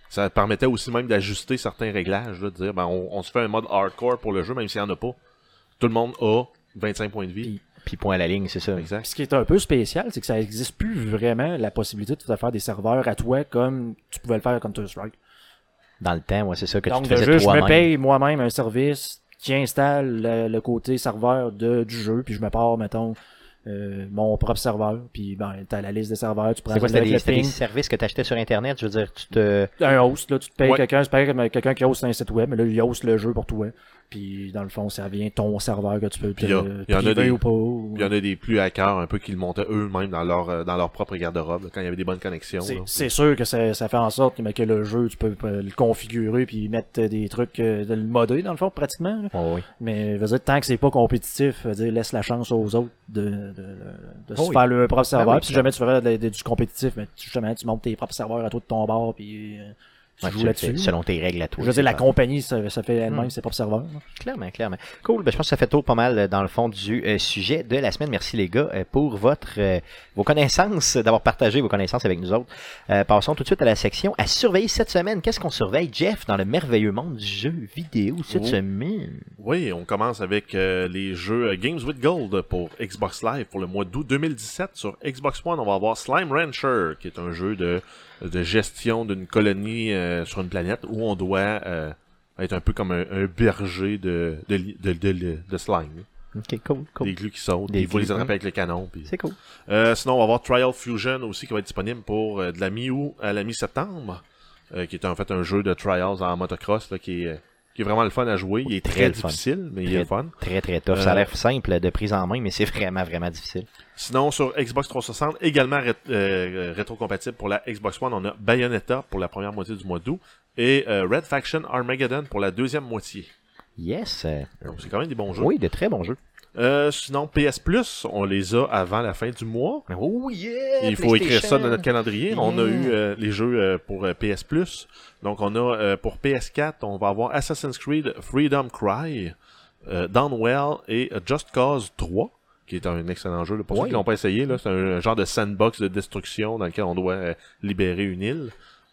Ça permettait aussi même d'ajuster certains réglages, là, de dire ben on, on se fait un mode hardcore pour le jeu, même s'il n'y en a pas. Tout le monde a vingt-cinq points de vie. Puis, Puis point à la ligne, c'est ça. Exact. Puis ce qui est un peu spécial, c'est que ça n'existe plus vraiment la possibilité de faire des serveurs à toi comme tu pouvais le faire à Counter-Strike. Dans le temps, ouais, c'est ça que Donc, tu te de faisais jeu, je me toi-même. paye moi-même un service qui installe le, le côté serveur de, du jeu, puis je me pars, mettons, euh, mon propre serveur, puis ben, t'as la liste des serveurs, tu prends C'est quoi, c'était avec des, le c'était des ping, services que tu achetais sur Internet? Je veux dire, tu te... un host, là, tu te payes Ouais. quelqu'un, c'est pareil comme quelqu'un qui host un site web, mais là, il host le jeu pour toi. Puis, dans le fond, ça vient ton serveur que tu peux te Puis, il y a- il y en a priver des- ou pas. ou- Il y en a des plus hackers un peu qui le montaient eux-mêmes dans leur euh, dans leur propre garde-robe là, quand il y avait des bonnes connexions. C'est, là. c'est sûr que ça, ça fait en sorte que, que le jeu, tu peux euh, le configurer puis mettre des trucs, euh, de le modder dans le fond, pratiquement. là. Oh, oui. Mais je veux dire, tant que c'est pas compétitif, je veux dire, laisse la chance aux autres de, de, de, de se Oh oui. faire leur propre serveur. Ben oui, Puis si jamais tu veux faire de- de- du compétitif, mais tu- justement, tu montes tes propres serveurs à toi de ton bord puis euh, tu Ouais, joues tu- là-dessus. Selon tes règles à toi. Je veux dire, la c'est compagnie, ça, ça fait elle-même Hmm. ses propres serveurs. là. Clairement, clairement. Cool. Ben, je pense que ça fait tour pas mal euh, dans le fond du euh, sujet de la semaine. Merci les gars euh, pour votre euh, vos connaissances, euh, d'avoir partagé vos connaissances avec nous autres. Euh, passons tout de suite à la section à surveiller cette semaine. Qu'est-ce qu'on surveille, Jeff, dans le merveilleux monde du jeu vidéo cette Oh. semaine? Oui, on commence avec euh, les jeux euh, Games with Gold pour Xbox Live pour le mois d'août deux mille dix-sept. Sur Xbox One, on va avoir Slime Rancher, qui est un jeu de, de gestion d'une colonie euh, sur une planète où on doit euh, être un peu comme un, un berger de, de, li- de, de, de, de slime. Ok, cool, cool. Des glues qui sautent, Des puis il faut les glues, attraper hein. avec le canon. Puis... C'est cool. Euh, sinon, on va avoir Trial Fusion aussi qui va être disponible pour euh, de la mi-août à la mi-septembre, euh, qui est en fait un jeu de trials en motocross là, qui, est, euh, qui est vraiment le fun à jouer. Il est Très très le fun. difficile, mais il Très- est le fun. Très, très tough. Euh, Ça a l'air simple de prise en main, mais c'est vraiment, vraiment difficile. Sinon, sur Xbox trois cent soixante, également ré- euh, rétro-compatible pour la Xbox One, on a Bayonetta pour la première moitié du mois d'août et euh, Red Faction Armageddon pour la deuxième moitié. Yes. euh, Donc, c'est quand même des bons jeux. oui, de très bons jeux. Euh, sinon, P S Plus, on les a avant la fin du mois. Oh yeah! Il faut écrire ça dans notre PlayStation. calendrier. On a Yeah. eu euh, les jeux euh, pour euh, P S Plus. Donc, on a euh, pour P S quatre, on va avoir Assassin's Creed Freedom Cry, euh, Downwell et euh, Just Cause trois, qui est un excellent jeu. là. Pour Oui. ceux qui l'ont pas essayé, là, c'est un, un genre de sandbox de destruction dans lequel on doit euh, libérer une île.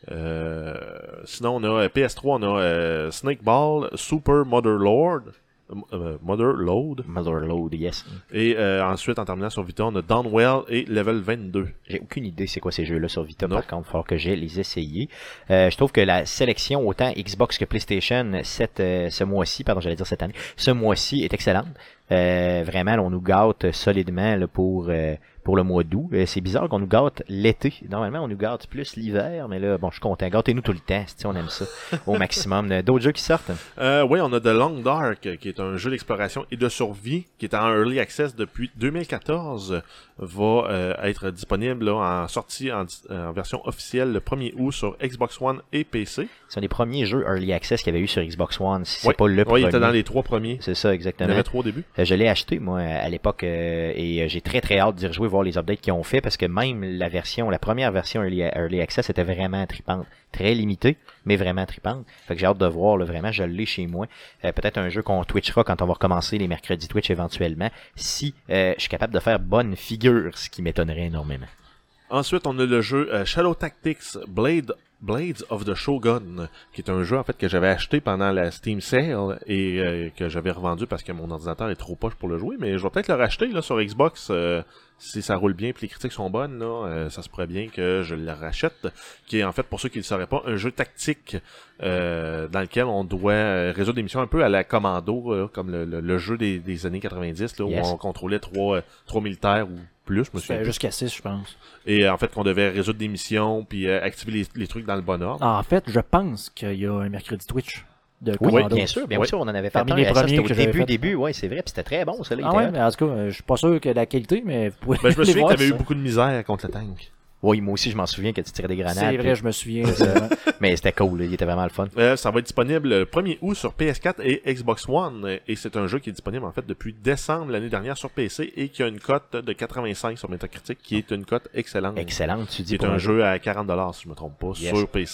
Euh, sinon, on a euh, P S trois, on a euh, Snake Ball, Super Mother Lord, euh, Mother Load. Motherload, yes. Et euh, ensuite, en terminant sur Vita, on a Downwell et Level vingt-deux. J'ai aucune idée c'est quoi ces jeux-là sur Vita, Non. par contre, il va falloir que j'ai les essayer. Euh, je trouve que la sélection, autant Xbox que PlayStation, cette, euh, ce mois-ci, pardon, j'allais dire cette année, ce mois-ci est excellente. Euh, vraiment, là, on nous gâte solidement là, pour, euh, pour le mois d'août. Euh, c'est bizarre qu'on nous gâte l'été. Normalement, on nous gâte plus l'hiver, mais là, bon, je suis content. Gâtez-nous tout le temps, si on aime ça, au maximum. Euh, D'autres jeux qui sortent? Euh, oui, on a The Long Dark, qui est un jeu d'exploration et de survie, qui est en Early Access depuis deux mille quatorze, va euh, être disponible là, en sortie en, en version officielle le premier août sur Xbox One et P C. C'est un des premiers jeux Early Access qu'il y avait eu sur Xbox One, si c'est Oui, pas le ouais, premier. il était dans les trois premiers. C'est ça, Il y en exactement. avait trois au début. Euh, Je l'ai acheté, moi, à l'époque, euh, et euh, j'ai très très hâte d'y rejouer, voir les updates qu'ils ont fait, parce que même la version, la première version Early, Early Access était vraiment tripante. Très limitée, mais vraiment tripante. Fait que j'ai hâte de voir, là, vraiment, je l'ai chez moi. Euh, peut-être un jeu qu'on twitchera quand on va recommencer les mercredis Twitch éventuellement, si euh, je suis capable de faire bonne figure, ce qui m'étonnerait énormément. Ensuite, on a le jeu euh, Shadow Tactics Blade Blades of the Shogun, qui est un jeu en fait que j'avais acheté pendant la Steam Sale et euh, que j'avais revendu parce que mon ordinateur est trop poche pour le jouer, mais je vais peut-être le racheter là sur Xbox euh, si ça roule bien et les critiques sont bonnes là, euh, ça se pourrait bien que je le rachète, qui est en fait, pour ceux qui ne le sauraient pas, un jeu tactique euh, dans lequel on doit euh, résoudre des missions un peu à la Commando, là, comme le, le, le jeu des, des années quatre-vingt-dix là, Yes. où on contrôlait trois, euh, trois militaires ou plus, je me souviens Fait plus. jusqu'à six, je pense. Et en fait qu'on devait résoudre des missions puis euh, activer les, les trucs dans le bon ordre. En fait, je pense qu'il y a un mercredi Twitch de Oui, Commando. bien sûr, bien Oui. sûr, on en avait fait Parmi un, les ça, premiers c'était au que j'avais début, fait. début, ouais, c'est vrai, puis c'était très bon, ça, là, il Ah était ouais, hot. mais en tout cas, euh, je suis pas sûr que la qualité, mais vous pouvez Ben, je me aller souviens que voir t'avais eu ça. beaucoup de misère contre le tank. Oui, moi aussi, je m'en souviens que tu tirais des grenades. C'est vrai, puis- je me souviens. de ça. Mais c'était cool, là, il était vraiment le fun. Euh, ça va être disponible le premier août sur P S quatre et Xbox One. euh, Et c'est un jeu qui est disponible en fait depuis décembre l'année dernière sur P C et qui a une cote de quatre-vingt-cinq sur Metacritic, qui est une cote excellente. Excellent, tu dis C'est pour un un jeu à quarante dollars si je me trompe pas, Yes. sur P C.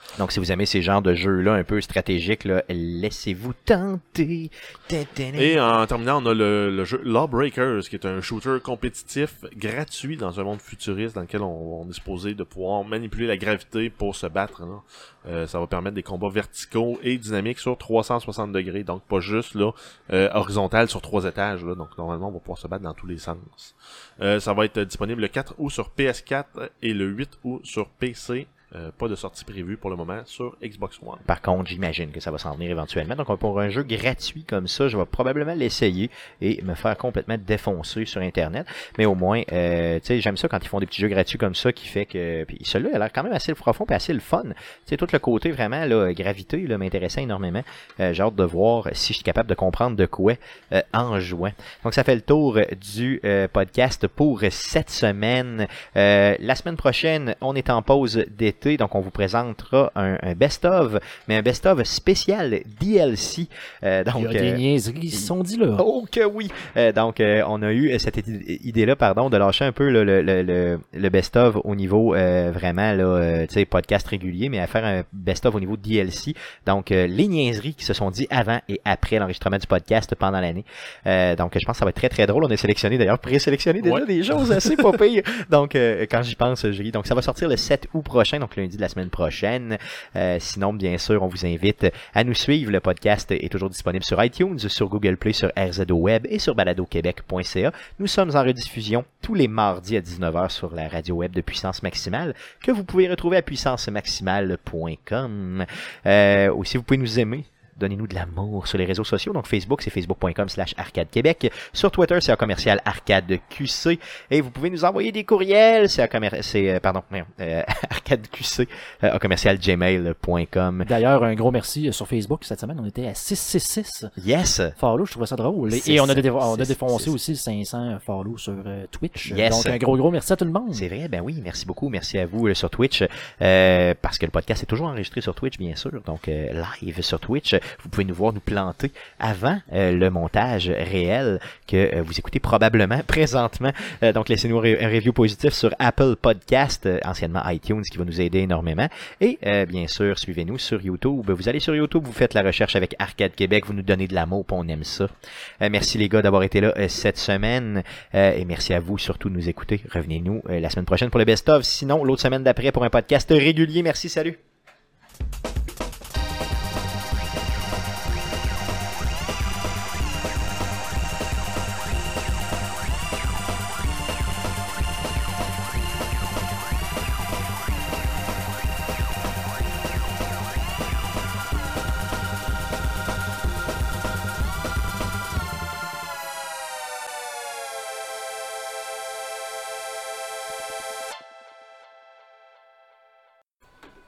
Donc, si vous aimez ces genres de jeux-là un peu stratégiques, là, laissez-vous tenter. Et en terminant, on a le, le jeu Lawbreakers, qui est un shooter compétitif gratuit dans un monde futuriste dans lequel on, on est supposé de pouvoir manipuler la gravité pour se battre. Là. Euh, ça va permettre des combats verticaux et dynamiques sur trois cent soixante degrés, donc pas juste là euh, horizontal sur trois étages. Là, donc normalement, on va pouvoir se battre dans tous les sens. Euh, ça va être disponible le quatre août sur P S quatre et le huit août sur P C. Euh, pas de sortie prévue pour le moment sur Xbox One. Par contre, j'imagine que ça va s'en venir éventuellement. Donc, pour un jeu gratuit comme ça, je vais probablement l'essayer et me faire complètement défoncer sur Internet. Mais au moins, euh, tu sais, j'aime ça quand ils font des petits jeux gratuits comme ça qui fait que... Puis celui-là a l'air quand même assez profond et assez le fun. Tu sais, tout le côté vraiment, là, gravité, là, m'intéressait énormément. Euh, j'ai hâte de voir si je suis capable de comprendre de quoi euh, en jouant. Donc, ça fait le tour du euh, podcast pour cette semaine. Euh, la semaine prochaine, on est en pause d'été. Donc, on vous présentera un, un best-of, mais un best-of spécial D L C. Euh, donc, il y a des euh, niaiseries qui se sont dit là. Oh que oui! Euh, donc, euh, on a eu cette idée-là, pardon, de lâcher un peu le, le, le, le best-of au niveau euh, vraiment, là, euh, tu sais, podcast régulier, mais à faire un best-of au niveau D L C. Donc, euh, les niaiseries qui se sont dit avant et après l'enregistrement du podcast pendant l'année. Euh, donc, je pense que ça va être très, très drôle. On a sélectionné, d'ailleurs, présélectionné déjà ouais. des choses assez pas pires. Donc, euh, quand j'y pense, je ris. Donc, ça va sortir le sept août prochain. Donc, lundi de la semaine prochaine. Euh, sinon, bien sûr, on vous invite à nous suivre. Le podcast est toujours disponible sur iTunes, sur Google Play, sur R Z O Web et sur balado québec point c a. Nous sommes en rediffusion tous les mardis à dix-neuf heures sur la radio web de Puissance Maximale que vous pouvez retrouver à puissance maximale point com. Euh, aussi, vous pouvez nous aimer. Donnez-nous de l'amour sur les réseaux sociaux. Donc, Facebook, c'est facebook point com slash arcade québec. Sur Twitter, c'est un commercial arcade Q C. Et vous pouvez nous envoyer des courriels. C'est un commercial, c'est, euh, pardon, euh, arcade Q C, euh, un commercial gmail point com. D'ailleurs, un gros merci sur Facebook. Cette semaine, on était à six cent soixante-six. Yes! Follow, je trouvais ça drôle. Et, et on a, dé- on a défoncé aussi cinq cents follow sur euh, Twitch. Yes. Donc, un gros, gros merci à tout le monde. C'est vrai, ben oui, merci beaucoup. Merci à vous euh, sur Twitch. Euh, parce que le podcast est toujours enregistré sur Twitch, bien sûr. Donc, euh, live sur Twitch. Vous pouvez nous voir nous planter avant euh, le montage réel que euh, vous écoutez probablement présentement. Euh, donc, laissez-nous un, ré- un review positif sur Apple Podcast, euh, anciennement iTunes, qui va nous aider énormément. Et, euh, bien sûr, suivez-nous sur YouTube. Vous allez sur YouTube, vous faites la recherche avec Arcade Québec, vous nous donnez de l'amour, puis on aime ça. Euh, merci les gars d'avoir été là euh, cette semaine. Euh, et merci à vous surtout de nous écouter. Revenez-nous euh, la semaine prochaine pour le best-of. Sinon, l'autre semaine d'après pour un podcast régulier. Merci, salut!